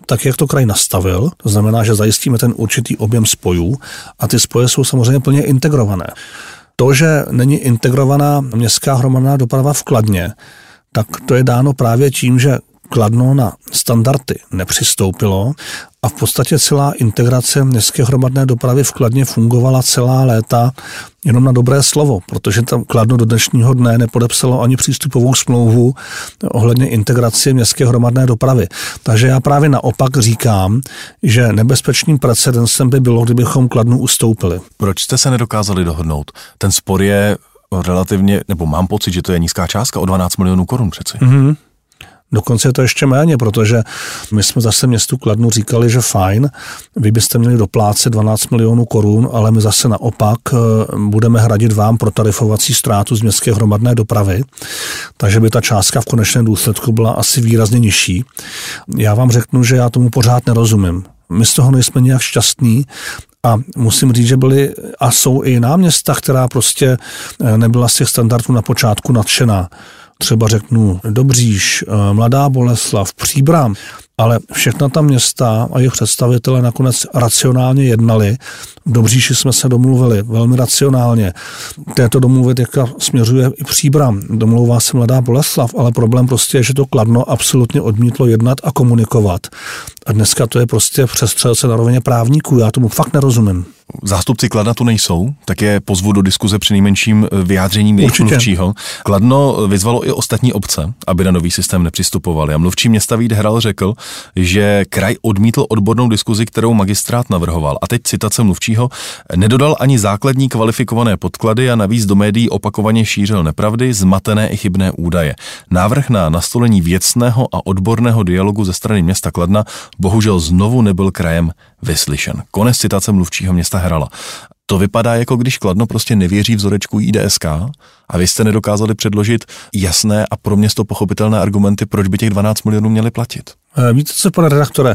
tak, jak to kraj nastavil. To znamená, že zajistíme ten určitý objem spojů a ty spoje jsou samozřejmě plně integrované. To, že není integrovaná městská hromadná doprava v Kladně, tak to je dáno právě tím, že Kladno na standardy nepřistoupilo a v podstatě celá integrace městské hromadné dopravy v Kladně fungovala celá léta jenom na dobré slovo, protože tam Kladno do dnešního dne nepodepsalo ani přístupovou smlouvu ohledně integrace městské hromadné dopravy. Takže já právě naopak říkám, že nebezpečným precedensem by bylo, kdybychom Kladnu ustoupili. Proč jste se nedokázali dohodnout? Ten spor je relativně, nebo mám pocit, že to je nízká částka o 12 milionů korun přeci. Mm-hmm. Dokonce je to ještě méně, protože my jsme zase městu Kladnu říkali, že fajn, vy byste měli doplácet 12 milionů korun, ale my zase naopak budeme hradit vám protarifovací ztrátu z městské hromadné dopravy, takže by ta částka v konečném důsledku byla asi výrazně nižší. Já vám řeknu, že já tomu pořád nerozumím. My z toho nejsme nějak šťastní a musím říct, že byly a jsou i jiná města, která prostě nebyla z těch standardů na počátku nadšená. Třeba řeknu Dobříš, Mladá Boleslav, Příbram, ale všechna ta města a jejich představitelé nakonec racionálně jednali. V Dobříši jsme se domluvili velmi racionálně. Této domluvy teďka směřuje i Příbram. Domlouvá se Mladá Boleslav, ale problém prostě je, že to Kladno absolutně odmítlo jednat a komunikovat. A dneska to je prostě přestřelce na rovině právníků. Já tomu fakt nerozumím. Zástupci Kladna tu nejsou, tak je pozvu do diskuze při nejmenším vyjádřením jejich mluvčího. Kladno vyzvalo i ostatní obce, aby na nový systém nepřistupovali. A mluvčí města Vít Hral řekl, že kraj odmítl odbornou diskuzi, kterou magistrát navrhoval. A teď citace mluvčího: nedodal ani základní kvalifikované podklady a navíc do médií opakovaně šířil nepravdy, zmatené i chybné údaje. Návrh na nastolení věcného a odborného dialogu ze strany města Kladna bohužel znovu nebyl krajem vyslyšen. Konec citace mluvčího města Hrala. To vypadá, jako když Kladno prostě nevěří vzorečku IDSK a vy jste nedokázali předložit jasné a pro město pochopitelné argumenty, proč by těch 12 milionů měli platit. Víte co, pane redaktore,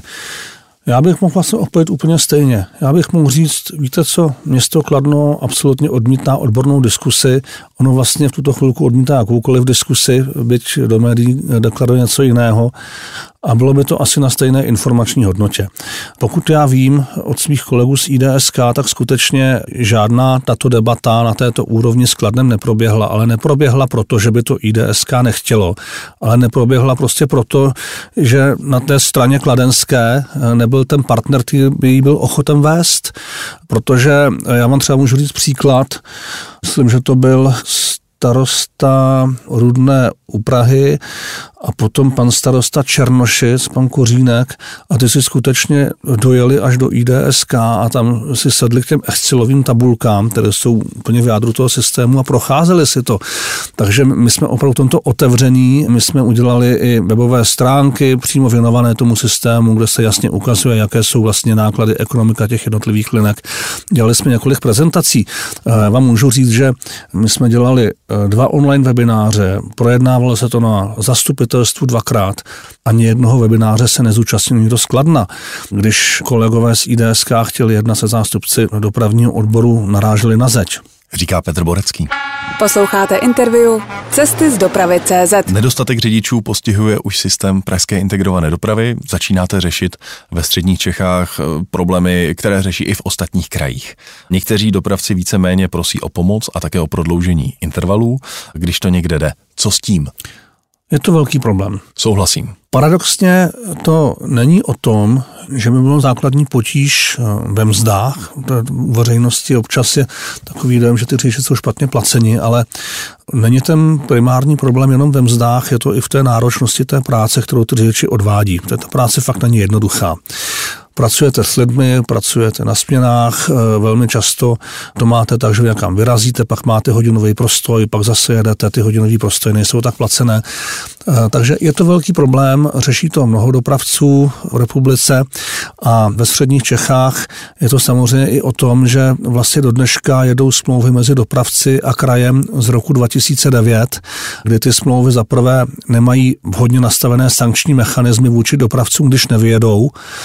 já bych mohl vlastně odpovědět úplně stejně. Já bych mohl říct, víte co, město Kladno absolutně odmítá odbornou diskusi. Ono vlastně v tuto chvilku odmítá jakoukoliv diskusi, byť do médií deklaruje něco jiného. A bylo by to asi na stejné informační hodnotě. Pokud já vím od svých kolegů z IDSK, tak skutečně žádná tato debata na této úrovni s Kladnem neproběhla, ale neproběhla proto, že by to IDSK nechtělo, ale neproběhla prostě proto, že na té straně kladenské nebyl ten partner, který by jí byl ochoten vést, protože já vám třeba můžu říct příklad, myslím, že to byl starosta Rudné u Prahy a potom pan starosta Černošic, pan Kořínek, a ty si skutečně dojeli až do IDSK a tam si sedli k těm excelovým tabulkám, které jsou úplně v jádru toho systému a procházeli si to. Takže my jsme opravdu tomto otevření, my jsme udělali i webové stránky přímo věnované tomu systému, kde se jasně ukazuje, jaké jsou vlastně náklady ekonomika těch jednotlivých linek. Dělali jsme několik prezentací. Já vám můžu říct, že my jsme dělali 2 online webináře, projednávalo se to na zastupitelstvu 2krát, ani jednoho webináře se nezúčastnil nikdo z Kladna. Když kolegové z IDSK chtěli jednat se zástupci dopravního odboru, naráželi na zeď. Říká Petr Borecký. Posloucháte interview Cesty z dopravy.cz. Nedostatek řidičů postihuje už systém pražské integrované dopravy. Začínáte řešit ve středních Čechách problémy, které řeší i v ostatních krajích. Někteří dopravci víceméně prosí o pomoc a také o prodloužení intervalů, když to někde jde. Co s tím? Je to velký problém. Souhlasím. Paradoxně to není o tom, že by bylo základní potíž ve mzdách. U veřejnosti občas je takový dojem, že ty řidiči jsou špatně placeni, ale není ten primární problém jenom ve mzdách, je to i v té náročnosti té práce, kterou ty řidiči odvádí. Ta práce fakt není jednoduchá. Pracujete s lidmi, pracujete na směnách, velmi často to máte tak, že vy někam vyrazíte, pak máte hodinový prostoj, pak zase jedete, ty hodinový prostoje nejsou tak placené. Takže je to velký problém, řeší to mnoho dopravců v republice a ve středních Čechách je to samozřejmě i o tom, že vlastně do dneška jedou smlouvy mezi dopravci a krajem z roku 2009, kdy ty smlouvy zaprvé nemají vhodně nastavené sankční mechanismy vůči dopravcům, když nevyjedou.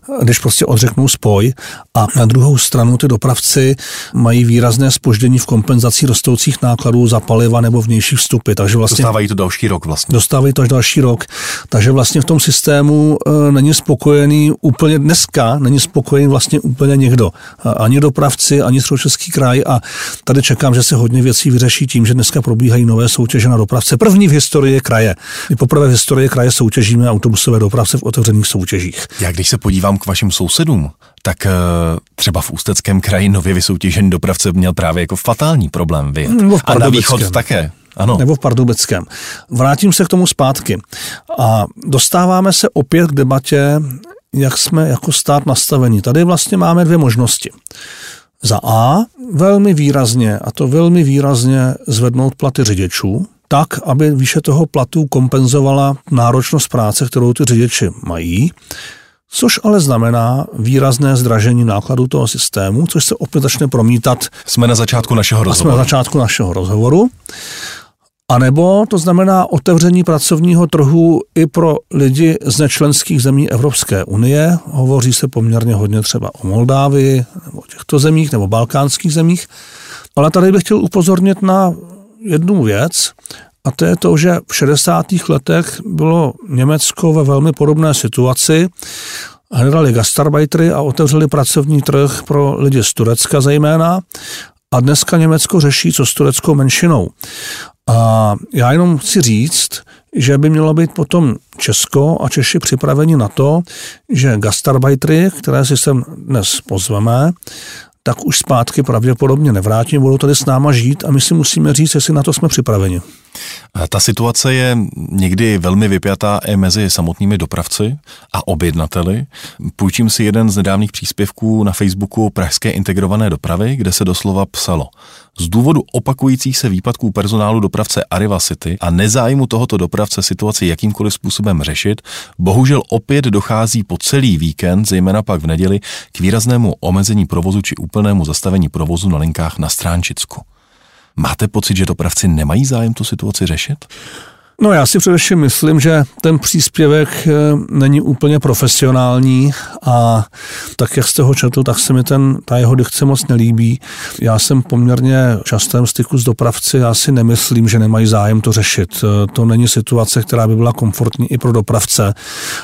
když prostě odřeknou spoj, a na druhou stranu ty dopravci mají výrazné zpoždění v kompenzaci rostoucích nákladů za paliva nebo vnější vstupy. Takže vlastně dostávají to další rok vlastně. Dostávají to až další rok. Takže vlastně v tom systému není spokojený úplně dneska, není spokojený vlastně úplně někdo. Ani dopravci, ani Středočeský kraj, a tady čekám, že se hodně věcí vyřeší tím, že dneska probíhají nové soutěže na dopravce. První v historii kraje. My poprvé v historii kraje soutěžíme autobusové dopravce v otevřených soutěžích. Já když se podívám k vašim sousedům, tak třeba v Ústeckém kraji nově vysoutěžený dopravce měl právě jako fatální problém vyjet. A na východ také. Ano. Nebo v Pardubickém. Vrátím se k tomu zpátky. A dostáváme se opět k debatě, jak jsme jako stát nastavení. Tady vlastně máme dvě možnosti. Za A velmi výrazně zvednout platy řidičů, tak, aby výše toho platu kompenzovala náročnost práce, kterou ty řidiči mají, což ale znamená výrazné zdražení nákladů toho systému, což se opět začne promítat. Jsme na začátku našeho rozhovoru. A nebo to znamená otevření pracovního trhu i pro lidi z nečlenských zemí Evropské unie. Hovoří se poměrně hodně třeba o Moldávii, nebo o těchto zemích, nebo balkánských zemích. Ale tady bych chtěl upozornit na jednu věc, a to je to, že v 60. letech bylo Německo ve velmi podobné situaci. Hledali gastarbeitery a otevřeli pracovní trh pro lidi z Turecka zejména. A dneska Německo řeší, co s tureckou menšinou. A já jenom chci říct, že by mělo být potom Česko a Češi připraveni na to, že gastarbeitery, které si sem dnes pozveme, tak už zpátky pravděpodobně nevrátí, budou tady s náma žít a my si musíme říct, jestli na to jsme připraveni. Ta situace je někdy velmi vypjatá i mezi samotnými dopravci a objednateli. Půjčím si jeden z nedávných příspěvků na Facebooku Pražské integrované dopravy, kde se doslova psalo: z důvodu opakujících se výpadků personálu dopravce Arriva City a nezájmu tohoto dopravce situaci jakýmkoliv způsobem řešit, bohužel opět dochází po celý víkend, zejména pak v neděli, k výraznému omezení provozu či úplnému zastavení provozu na linkách na Stránčicku. Máte pocit, že dopravci nemají zájem tu situaci řešit? No, já si především myslím, že ten příspěvek není úplně profesionální a tak, jak jste ho četl, tak se mi ta jeho dikce moc nelíbí. Já jsem poměrně v častém styku s dopravci, já si nemyslím, že nemají zájem to řešit. To není situace, která by byla komfortní i pro dopravce.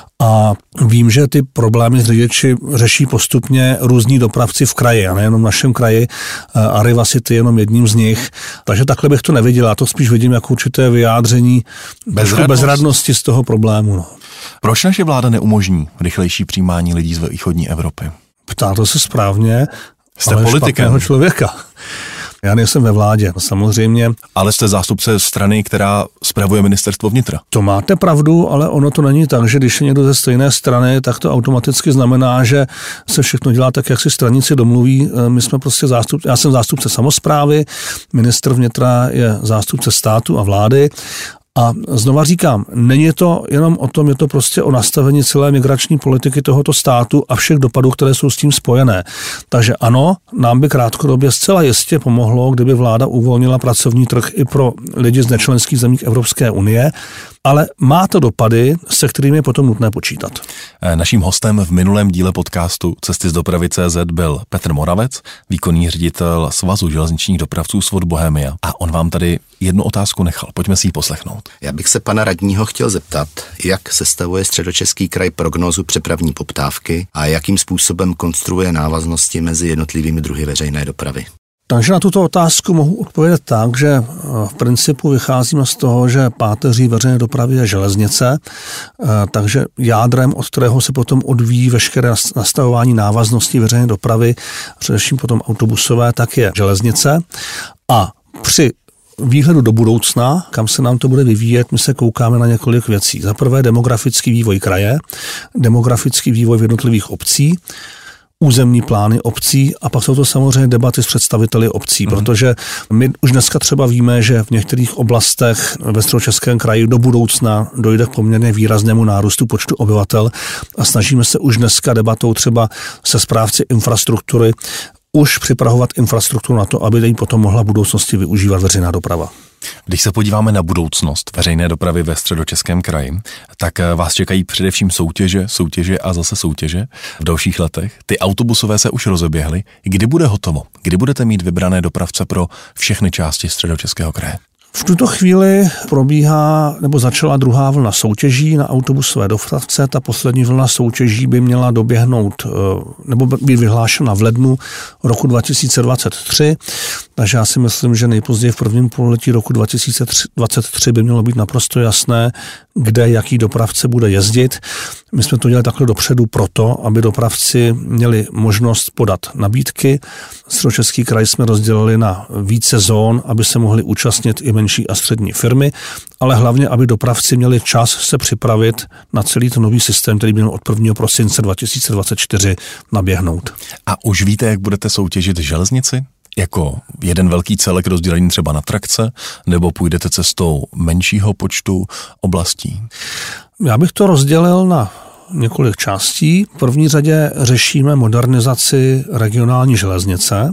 A vím, že ty problémy s řidiči řeší postupně různí dopravci v kraji, a nejenom v našem kraji. Arriva City je jenom jedním z nich. Takže takhle bych to neviděl. Já to spíš vidím jako určité vyjádření bezradnosti z toho problému. No. Proč naše vláda neumožní rychlejší přijímání lidí z východní Evropy? Ptáte se správně, jste ale politikem. Špatného člověka. Já nejsem ve vládě, samozřejmě. Ale jste zástupce strany, která spravuje ministerstvo vnitra. To máte pravdu, ale ono to není tak, že když je někdo ze stejné strany, tak to automaticky znamená, že se všechno dělá tak, jak si straníci domluví. My jsme prostě já jsem zástupce samosprávy, ministr vnitra je zástupce státu a vlády. A znova říkám, není to jenom o tom, je to prostě o nastavení celé migrační politiky tohoto státu a všech dopadů, které jsou s tím spojené. Takže ano, nám by krátkodobě zcela jistě pomohlo, kdyby vláda uvolnila pracovní trh i pro lidi z nečlenských zemí Evropské unie, ale má to dopady, se kterými je potom nutné počítat. Naším hostem v minulém díle podcastu Cesty z dopravy.cz byl Petr Moravec, výkonný ředitel Svazu železničních dopravců Svod Bohemia. A on vám tady jednu otázku nechal. Pojďme si ji poslechnout. Já bych se pana radního chtěl zeptat, jak sestavuje Středočeský kraj prognózu přepravní poptávky a jakým způsobem konstruuje návaznosti mezi jednotlivými druhy veřejné dopravy. Takže na tuto otázku mohu odpovědět tak, že v principu vycházíme z toho, že páteří veřejné dopravy je železnice, takže jádrem, od kterého se potom odvíjí veškeré nastavování návaznosti veřejné dopravy, především potom autobusové, tak je železnice. A při výhledu do budoucna, kam se nám to bude vyvíjet, my se koukáme na několik věcí. Za prvé demografický vývoj kraje, demografický vývoj v jednotlivých obcí, územní plány obcí a pak jsou to samozřejmě debaty s představiteli obcí, protože my už dneska třeba víme, že v některých oblastech ve Středočeském kraji do budoucna dojde k poměrně výraznému nárůstu počtu obyvatel a snažíme se už dneska debatou třeba se správci infrastruktury už připravovat infrastrukturu na to, aby ji potom mohla v budoucnosti využívat veřejná doprava. Když se podíváme na budoucnost veřejné dopravy ve Středočeském kraji, tak vás čekají především soutěže a zase soutěže v dalších letech. Ty autobusové se už rozeběhly. Kdy bude hotovo? Kdy budete mít vybrané dopravce pro všechny části Středočeského kraje? V tuto chvíli probíhá nebo začala druhá vlna soutěží na autobusové dopravce. Ta poslední vlna soutěží by měla doběhnout nebo být vyhlášena v lednu roku 2023. Takže já si myslím, že nejpozději v prvním pololetí roku 2023 by mělo být naprosto jasné, kde jaký dopravce bude jezdit. My jsme to dělali takhle dopředu proto, aby dopravci měli možnost podat nabídky. Středočeský kraj jsme rozdělili na více zón, aby se mohli účastnit i menší a střední firmy, ale hlavně, aby dopravci měli čas se připravit na celý ten nový systém, který by měl od 1. prosince 2024 naběhnout. A už víte, jak budete soutěžit železnici? Jako jeden velký celek rozdělený třeba na trakce, nebo půjdete cestou menšího počtu oblastí? Já bych to rozdělil na několik částí. V první řadě řešíme modernizaci regionální železnice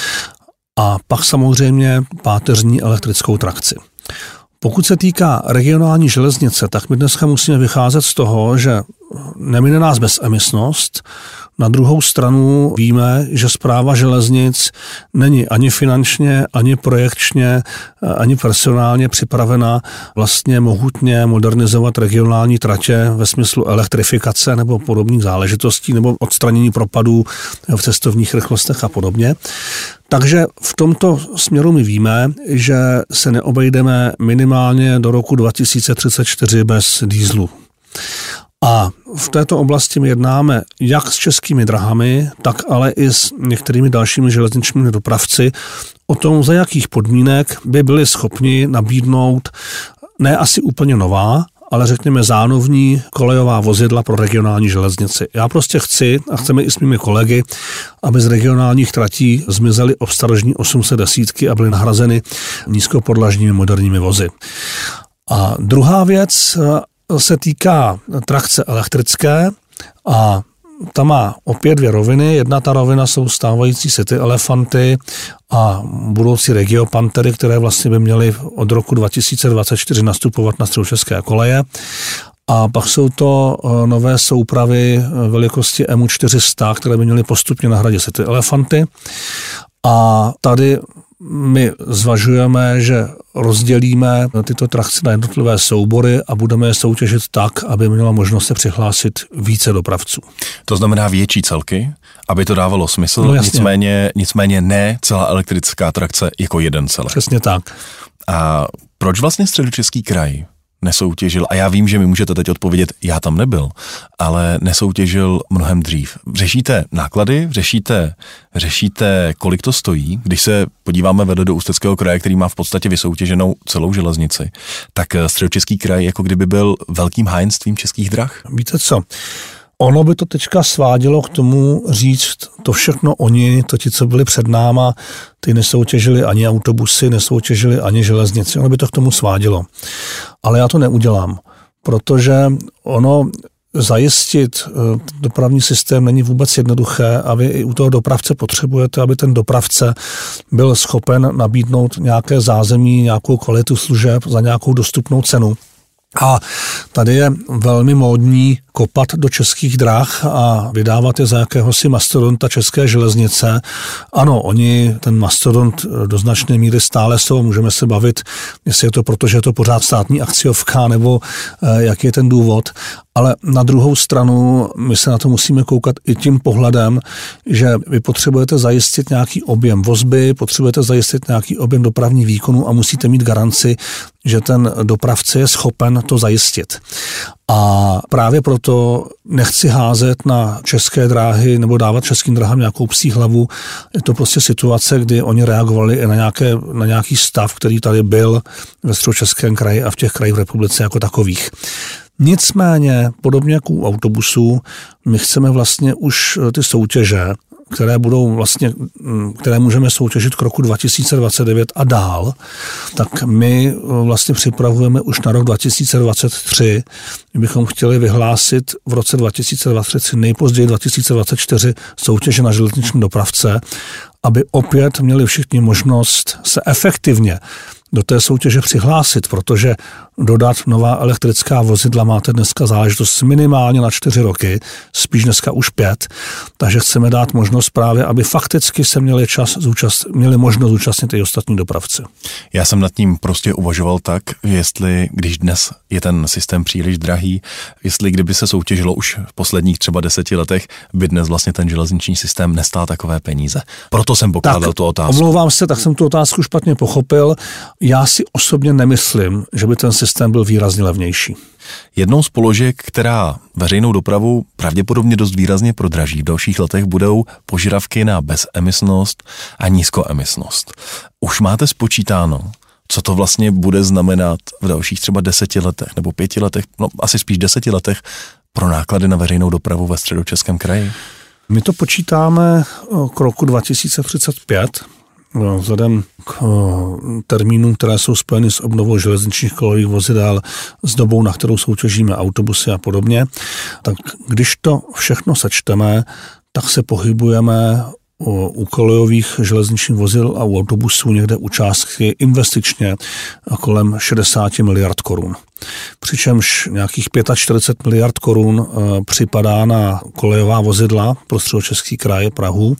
a pak samozřejmě páteřní elektrickou trakci. Pokud se týká regionální železnice, tak my dneska musíme vycházet z toho, že nemine nás bezemisnost. Na druhou stranu víme, že správa železnic není ani finančně, ani projekčně, ani personálně připravena vlastně mohutně modernizovat regionální tratě ve smyslu elektrifikace nebo podobných záležitostí nebo odstranění propadů v cestovních rychlostech a podobně. Takže v tomto směru my víme, že se neobejdeme minimálně do roku 2034 bez dieselu. A v této oblasti my jednáme jak s Českými drahami, tak ale i s některými dalšími železničními dopravci o tom, za jakých podmínek by byli schopni nabídnout ne asi úplně nová, ale řekněme zánovní kolejová vozidla pro regionální železnici. Já prostě chci a chceme i s mými kolegy, aby z regionálních tratí zmizely obstarožní 810 a byly nahrazeny nízkopodlažními moderními vozy. A druhá věc se týká trakce elektrické a ta má opět dvě roviny. Jedna ta rovina jsou stávající City Elefanty a budoucí Regiopantery, které vlastně by měly od roku 2024 nastupovat na středočeské koleje. A pak jsou to nové soupravy velikosti MU 400, které by měly postupně nahradit City Elefanty. A tady my zvažujeme, že rozdělíme tyto trakce na jednotlivé soubory a budeme je soutěžit tak, aby mělo možnost se přihlásit více dopravců. To znamená větší celky, aby to dávalo smysl, no nicméně ne celá elektrická trakce jako jeden celek. Přesně tak. A proč vlastně Středočeský kraj nesoutěžil, a já vím, že mi můžete teď odpovědět, já tam nebyl, ale nesoutěžil mnohem dřív. Řešíte náklady, řešíte, kolik to stojí, když se podíváme vedle do Ústeckého kraje, který má v podstatě vysoutěženou celou železnici, tak Středočeský kraj jako kdyby byl velkým hájenstvím Českých drah? Víte co? Ono by to teďka svádělo k tomu říct to všechno oni, to ti, co byli před náma, ty nesoutěžili ani autobusy, nesoutěžili ani železnici. Ono by to k tomu svádělo. Ale já to neudělám, protože ono zajistit dopravní systém není vůbec jednoduché a vy i u toho dopravce potřebujete, aby ten dopravce byl schopen nabídnout nějaké zázemí, nějakou kvalitu služeb za nějakou dostupnou cenu. A tady je velmi módní kopat do Českých drah a vydávat je za jakéhosi mastodonta České železnice. Ano, oni ten mastodont do značné míry stále jsou, můžeme se bavit, jestli je to proto, že je to pořád státní akciovka, nebo jaký je ten důvod. Ale na druhou stranu my se na to musíme koukat i tím pohledem, že vy potřebujete zajistit nějaký objem vozby, potřebujete zajistit nějaký objem dopravních výkonů a musíte mít garanci, že ten dopravce je schopen to zajistit. A právě proto nechci házet na České dráhy nebo dávat Českým drahám nějakou psí hlavu. Je to prostě situace, kdy oni reagovali i na nějaký stav, který tady byl ve Středočeském kraji a v těch krajích v republice jako takových. Nicméně, podobně jako u autobusů, my chceme vlastně už ty soutěže, které můžeme soutěžit k roku 2029 a dál, tak my vlastně připravujeme už na rok 2023. My bychom chtěli vyhlásit v roce 2023, nejpozději 2024 soutěže na železniční dopravce, aby opět měli všichni možnost se efektivně do té soutěže přihlásit, protože dodat nová elektrická vozidla máte dneska záležitost minimálně na 4 roky, spíš dneska už 5, takže chceme dát možnost právě, aby fakticky se měli možnost zúčastnit i ostatní dopravci. Já jsem nad tím prostě uvažoval tak, jestli, když dnes je ten systém příliš drahý, jestli kdyby se soutěžilo už v posledních třeba 10 letech, by dnes vlastně ten železniční systém nestál takové peníze. Proto jsem pokládal tu otázku. Omlouvám se, tak jsem tu otázku špatně pochopil. Já si osobně nemyslím, že by ten systém byl výrazně levnější. Jednou z položek, která veřejnou dopravu pravděpodobně dost výrazně prodraží v dalších letech, budou požadavky na bezemisnost a nízkoemisnost. Už máte spočítáno, co to vlastně bude znamenat v dalších třeba 10 letech nebo 5 letech, no asi spíš 10 letech pro náklady na veřejnou dopravu ve Středočeském kraji? My to počítáme k roku 2035, vzhledem k termínům, které jsou spojeny s obnovou železničních kolejových vozidel, s dobou, na kterou soutěžíme autobusy a podobně. Tak když to všechno sečteme, tak se pohybujeme u kolejových železničních vozidel a u autobusů někde u částky investičně kolem 60 miliard korun. Přičemž nějakých 45 miliard korun připadá na kolejová vozidla pro Středočeský kraj Prahu.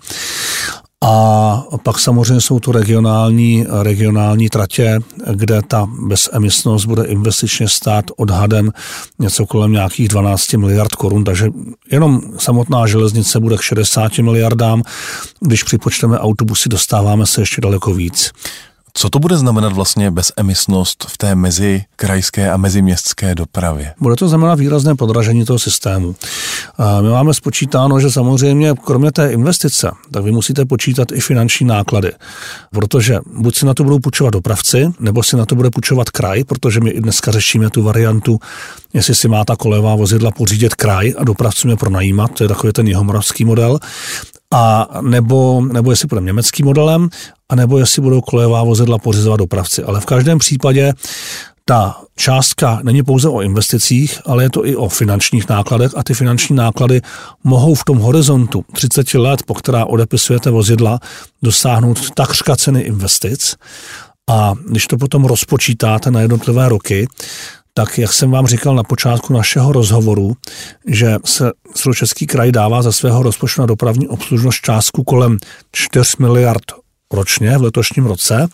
A pak samozřejmě jsou to regionální tratě, kde ta bezemisnost bude investičně stát odhadem něco kolem nějakých 12 miliard korun, takže jenom samotná železnice bude k 60 miliardám, když připočteme autobusy, dostáváme se ještě daleko víc. Co to bude znamenat vlastně bezemisnost v té mezikrajské a meziměstské dopravě? Bude to znamenat výrazné podražení toho systému. My máme spočítáno, že samozřejmě kromě té investice, tak vy musíte počítat i finanční náklady, protože buď si na to budou půjčovat dopravci, nebo si na to bude půjčovat kraj, protože my i dneska řešíme tu variantu, jestli si má ta kolejová vozidla pořídit kraj a dopravcům je pronajímat, to je takový ten jihomoravský model, a nebo jestli půjdeme německým modelem, a nebo jestli budou kolejová vozidla pořizovat dopravci. Ale v každém případě ta částka není pouze o investicích, ale je to i o finančních nákladech a ty finanční náklady mohou v tom horizontu 30 let, po která odepisujete vozidla, dosáhnout takřka ceny investic. A když to potom rozpočítáte na jednotlivé roky, tak jak jsem vám říkal na počátku našeho rozhovoru, že se Středočeský kraj dává za svého rozpočtu na dopravní obslužnost částku kolem 4 miliard ročně v letošním roce,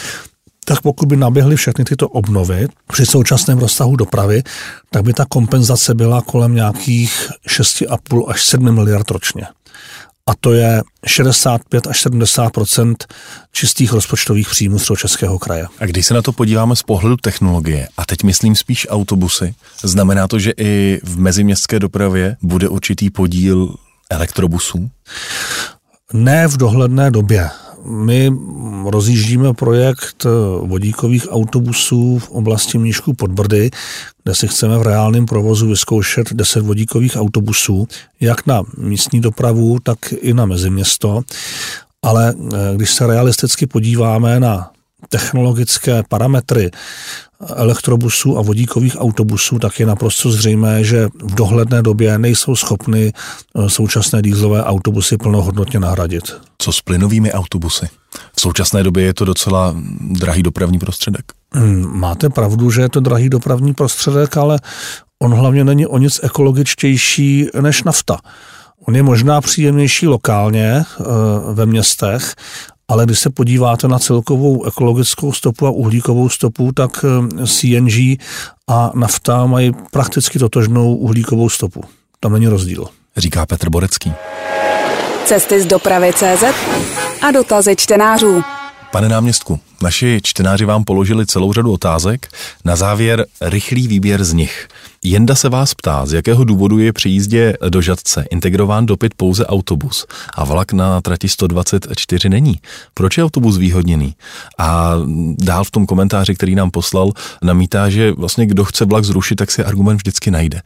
tak pokud by naběhly všechny tyto obnovy při současném rozsahu dopravy, tak by ta kompenzace byla kolem nějakých 6,5 až 7 miliard ročně. A to je 65 až 70% čistých rozpočtových příjmů Středočeského kraje. A když se na to podíváme z pohledu technologie, a teď myslím spíš autobusy, znamená to, že i v meziměstské dopravě bude určitý podíl elektrobusů? Ne v dohledné době. My rozjíždíme projekt vodíkových autobusů v oblasti Mníšku pod Brdy, kde si chceme v reálném provozu vyzkoušet 10 vodíkových autobusů, jak na místní dopravu, tak i na meziměsto. Ale když se realisticky podíváme na technologické parametry elektrobusů a vodíkových autobusů, tak je naprosto zřejmé, že v dohledné době nejsou schopny současné dieselové autobusy plnohodnotně nahradit. Co s plynovými autobusy? V současné době je to docela drahý dopravní prostředek. Máte pravdu, že je to drahý dopravní prostředek, ale on hlavně není o nic ekologičtější než nafta. On je možná příjemnější lokálně ve městech, ale když se podíváte na celkovou ekologickou stopu a uhlíkovou stopu, tak CNG a nafta mají prakticky totožnou uhlíkovou stopu. Tam není rozdíl. Říká Petr Borecký. Cesty z dopravy.cz a dotazy čtenářů. Pane náměstku, naši čtenáři vám položili celou řadu otázek. Na závěr rychlý výběr z nich. Jenda se vás ptá, z jakého důvodu je při jízdě do Žatce integrován do Pyt pouze autobus a vlak na trati 124 není. Proč je autobus výhodněný? A dál v tom komentáři, který nám poslal, namítá, že vlastně kdo chce vlak zrušit, tak si argument vždycky najde.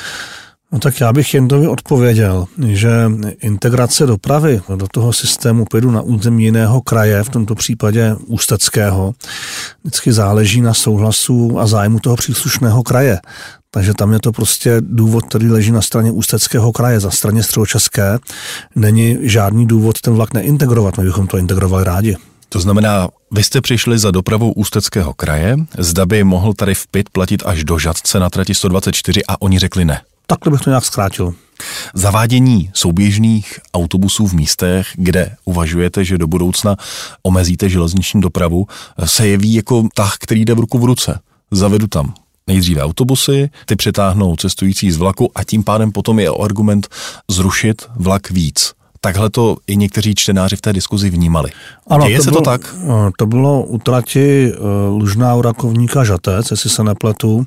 No tak já bych Jendovi odpověděl, že integrace dopravy do toho systému Pytu na území jiného kraje, v tomto případě Ústeckého, vždycky záleží na souhlasu a zájmu toho příslušného kraje. Takže tam je to prostě důvod, který leží na straně Ústeckého kraje. Za straně Středočeské není žádný důvod ten vlak neintegrovat, my bychom to integrovali rádi. To znamená, vy jste přišli za dopravou Ústeckého kraje, zda by mohl tarif 5 platit až do Žatce na trati 124 a oni řekli ne. Takhle bych to nějak zkrátil. Zavádění souběžných autobusů v místech, kde uvažujete, že do budoucna omezíte železniční dopravu, se jeví jako tah, který jde v ruku v ruce. Zavedu tam nejdříve autobusy, ty přetáhnou cestující z vlaku a tím pádem potom je argument zrušit vlak víc. Takhle to i někteří čtenáři v té diskuzi vnímali. Ano, Děje se to tak? To bylo u trati Lužná u Rakovníka Žatec, jestli se nepletu.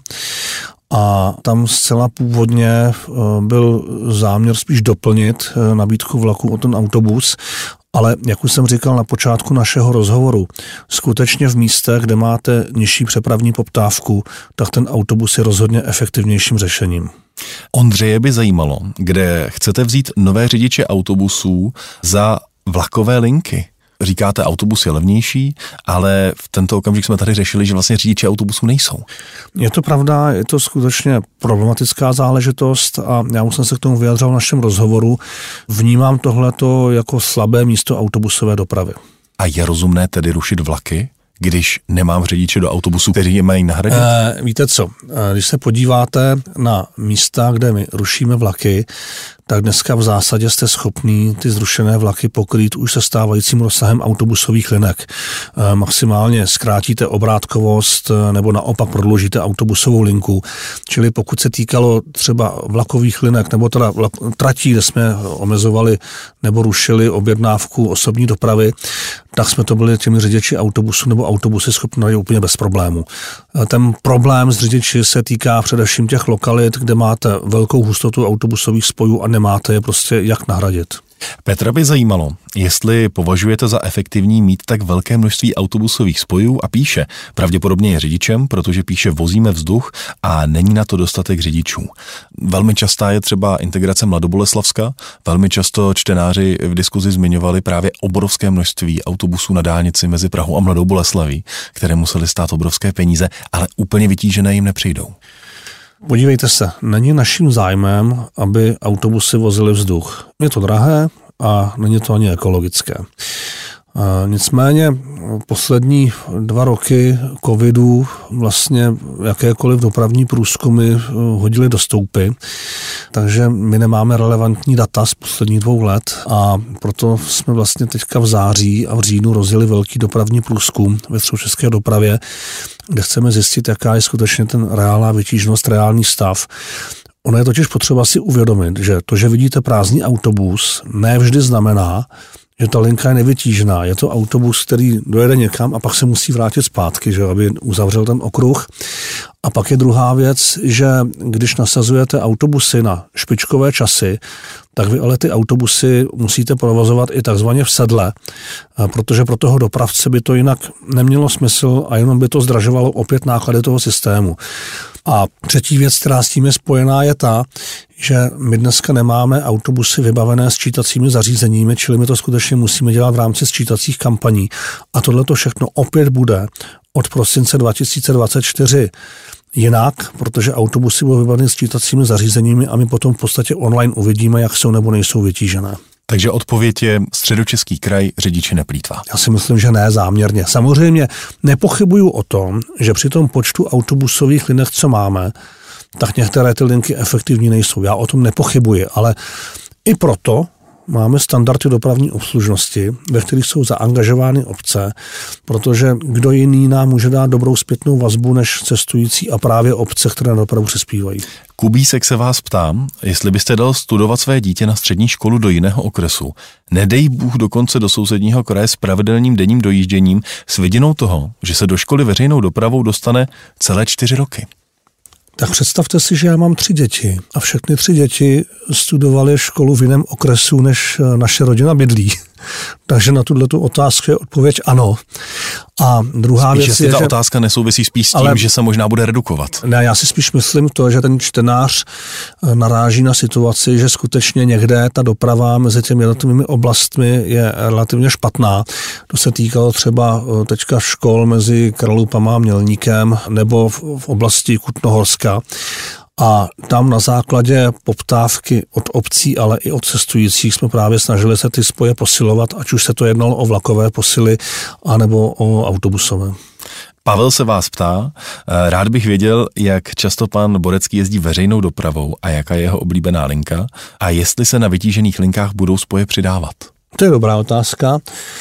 A tam zcela původně byl záměr spíš doplnit nabídku vlaku o ten autobus, ale jak už jsem říkal na počátku našeho rozhovoru, skutečně v místech, kde máte nižší přepravní poptávku, tak ten autobus je rozhodně efektivnějším řešením. Ondřeje by zajímalo, kde chcete vzít nové řidiče autobusů za vlakové linky. Říkáte, autobus je levnější, ale v tento okamžik jsme tady řešili, že vlastně řidiči autobusů nejsou. Je to pravda, je to skutečně problematická záležitost a já už jsem se k tomu vyjadřoval v našem rozhovoru. Vnímám tohleto jako slabé místo autobusové dopravy. A je rozumné tedy rušit vlaky, když nemám řidiče do autobusu, kteří je mají nahradit? Víte co, když se podíváte na místa, kde my rušíme vlaky, tak dneska v zásadě jste schopní ty zrušené vlaky pokrýt už se stávajícím rozsahem autobusových linek. Maximálně zkrátíte obrátkovost nebo naopak prodloužíte autobusovou linku. Čili pokud se týkalo třeba vlakových linek nebo teda tratí, kde jsme omezovali nebo rušili objednávku osobní dopravy, tak jsme to byli těmi řidiči autobusu nebo autobusy schopni najít úplně bez problému. Ten problém s řidiči se týká především těch lokalit, kde máte velkou hustotu autobusových spojů a nemáte je prostě jak nahradit. Petra by zajímalo, jestli považujete za efektivní mít tak velké množství autobusových spojů a píše, pravděpodobně je řidičem, protože píše vozíme vzduch a není na to dostatek řidičů. Velmi častá je třeba integrace Mladoboleslavska, velmi často čtenáři v diskuzi zmiňovali právě obrovské množství autobusů na dálnici mezi Prahou a Mladou Boleslaví, které musely stát obrovské peníze, ale úplně vytížené jim nepřijdou. Podívejte se, není naším zájmem, aby autobusy vozily vzduch. Je to drahé a není to ani ekologické. Nicméně poslední 2 roky covidu vlastně jakékoliv dopravní průzkumy hodily do stoupy, takže my nemáme relevantní data z posledních 2 let a proto jsme vlastně teďka v září a v říjnu rozjeli velký dopravní průzkum ve středočeské dopravě, kde chceme zjistit, jaká je skutečně ten reálná vytíženost, reálný stav. Ono je totiž potřeba si uvědomit, že to, že vidíte prázdný autobus, ne vždy znamená, že ta linka je nevytížená. Je to autobus, který dojede někam a pak se musí vrátit zpátky, že, aby uzavřel ten okruh. A pak je druhá věc, že když nasazujete autobusy na špičkové časy, tak vy ale ty autobusy musíte provozovat i takzvaně v sedle, protože pro toho dopravce by to jinak nemělo smysl a jenom by to zdražovalo opět náklady toho systému. A třetí věc, která s tím je spojená, je ta, že my dneska nemáme autobusy vybavené sčítacími zařízeními, čili my to skutečně musíme dělat v rámci sčítacích kampaní. A tohle to všechno opět bude od prosince 2024 jinak, protože autobusy budou vybaveny sčítacími zařízeními a my potom v podstatě online uvidíme, jak jsou nebo nejsou vytížené. Takže odpověď je Středočeský kraj řidiči neplýtvá. Já si myslím, že ne záměrně. Samozřejmě nepochybuju o tom, že při tom počtu autobusových linek, co máme, tak některé ty linky efektivní nejsou. Já o tom nepochybuji, ale i proto máme standardy dopravní obslužnosti, ve kterých jsou zaangažovány obce, protože kdo jiný nám může dát dobrou zpětnou vazbu než cestující a právě obce, které na dopravu přispívají. Kubísek se vás ptám, jestli byste dal studovat své dítě na střední školu do jiného okresu. Nedej Bůh dokonce do sousedního kraje s pravidelným denním dojížděním s vidinou toho, že se do školy veřejnou dopravou dostane celé 4 roky. Tak představte si, že já mám 3 děti a všechny 3 děti studovaly školu v jiném okresu, než naše rodina bydlí. Takže na tuto otázku je odpověď ano. A druhá spíš, věc je, ta že otázka nesouvisí spíš s tím, že se možná bude redukovat. Ne, já si spíš myslím to, že ten čtenář naráží na situaci, že skutečně někde ta doprava mezi těmi jednotlivými oblastmi je relativně špatná. To se týkalo třeba teďka škol mezi Kralupama a Mělníkem nebo v oblasti Kutnohorska. A tam na základě poptávky od obcí, ale i od cestujících jsme právě snažili se ty spoje posilovat, ať už se to jednalo o vlakové posily, anebo o autobusové. Pavel se vás ptá, rád bych věděl, jak často pan Borecký jezdí veřejnou dopravou a jaká je jeho oblíbená linka a jestli se na vytížených linkách budou spoje přidávat. To je dobrá otázka.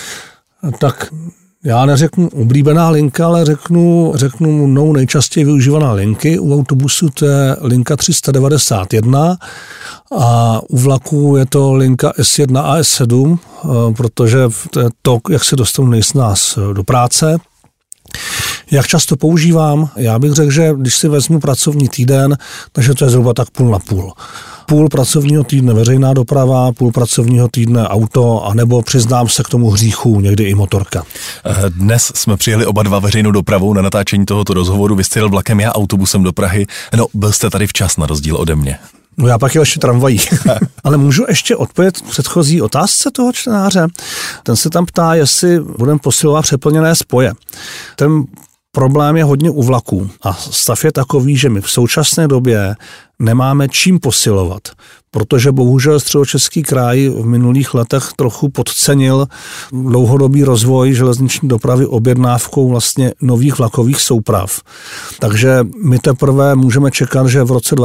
Tak já neřeknu oblíbená linka, ale řeknu mnou nejčastěji využívaná linky. U autobusu to je linka 391 a u vlaku je to linka S1 a S7, protože to je to, jak se dostanu nejsnáz do práce. Jak často používám? Já bych řekl, že když si vezmu pracovní týden, takže to je zhruba tak půl na půl. Půl pracovního týdne veřejná doprava, půl pracovního týdne auto, anebo přiznám se k tomu hříchu, někdy i motorka. Dnes jsme přijeli oba dva veřejnou dopravou na natáčení tohoto rozhovoru. Vy jste jel vlakem, já autobusem do Prahy. No, byl jste tady včas na rozdíl ode mě. No já pak jel ještě tramvají. Ale můžu ještě odpovědět předchozí otázce toho čtenáře? Ten se tam ptá, jestli budeme posilovat přeplněné spoje. Ten problém je hodně u vlaků a stav je takový, že my v současné době nemáme čím posilovat, protože bohužel Středočeský kraj v minulých letech trochu podcenil dlouhodobý rozvoj železniční dopravy objednávkou vlastně nových vlakových souprav. Takže my teprve můžeme čekat, že v roce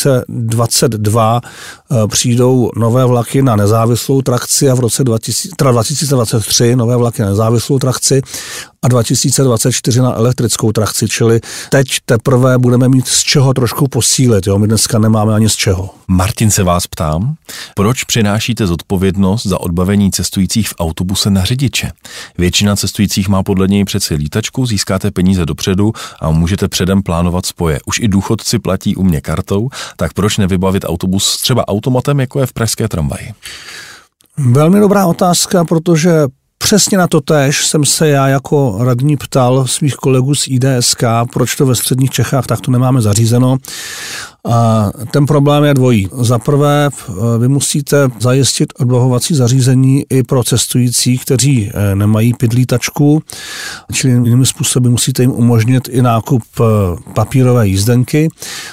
2022 přijdou nové vlaky na nezávislou trakci a v roce 2023 nové vlaky na nezávislou trakci a 2024 na elektrickou trakci, čili teď teprve budeme mít z čeho trošku posílit. Jo? My dneska nemáme ani z čeho. Martin se vás ptám, proč přinášíte zodpovědnost za odbavení cestujících v autobuse na řidiče? Většina cestujících má podle něj přeci lítačku, získáte peníze dopředu a můžete předem plánovat spoje. Už i důchodci platí u mě kartou, tak proč nevybavit autobus třeba automatem, jako je v pražské tramvaji? Velmi dobrá otázka, protože přesně na to též jsem se já jako radní ptal svých kolegů z IDSK, proč to ve středních Čechách takto nemáme zařízeno. A ten problém je dvojí. Za prvé, vy musíte zajistit odbavovací zařízení i pro cestující, kteří nemají PID-lítačku, čili jinými způsoby musíte jim umožnit i nákup papírové jízdenky.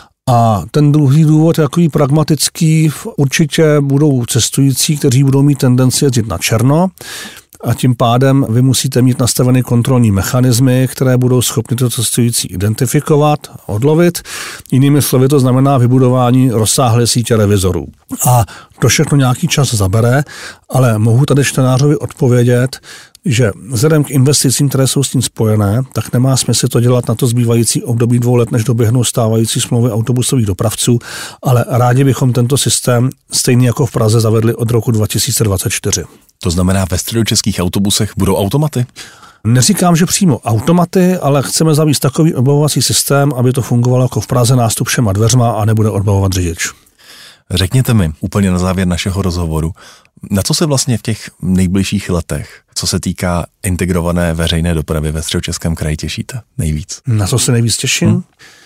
A ten druhý důvod je takový pragmatický, určitě budou cestující, kteří budou mít tendenci jezdit na černo, a tím pádem vy musíte mít nastaveny kontrolní mechanismy, které budou schopny to cestující identifikovat, odlovit. Jinými slovy to znamená vybudování rozsáhlé sítě revizorů. A to všechno nějaký čas zabere, ale mohu tady čtenářovi odpovědět, že vzhledem k investicím, které jsou s tím spojené, tak nemá smysl to dělat na to zbývající období 2 let, než doběhnou stávající smlouvy autobusových dopravců, ale rádi bychom tento systém stejně jako v Praze zavedli od roku 2024. To znamená, ve středočeských autobusech budou automaty? Neříkám, že přímo automaty, ale chceme zavést takový odbavovací systém, aby to fungovalo jako v Praze, nástup všema dveřma a nebude odbavovat řidič. Řekněte mi úplně na závěr našeho rozhovoru, na co se vlastně v těch nejbližších letech, co se týká integrované veřejné dopravy ve Středočeském kraji, těšíte nejvíc? Na co se nejvíc těším?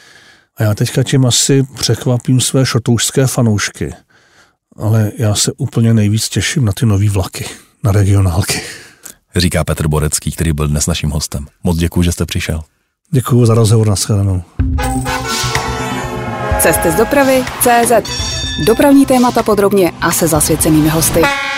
A já teďka tím asi překvapím své šotoušské fanoušky, ale já se úplně nejvíc těším na ty nový vlaky, na regionálky. Říká Petr Borecký, který byl dnes naším hostem. Moc děkuju, že jste přišel. Děkuju za rozhovor, nashledanou. Cesty z dopravy CZ. Dopravní témata podrobně a se zasvěcenými hosty.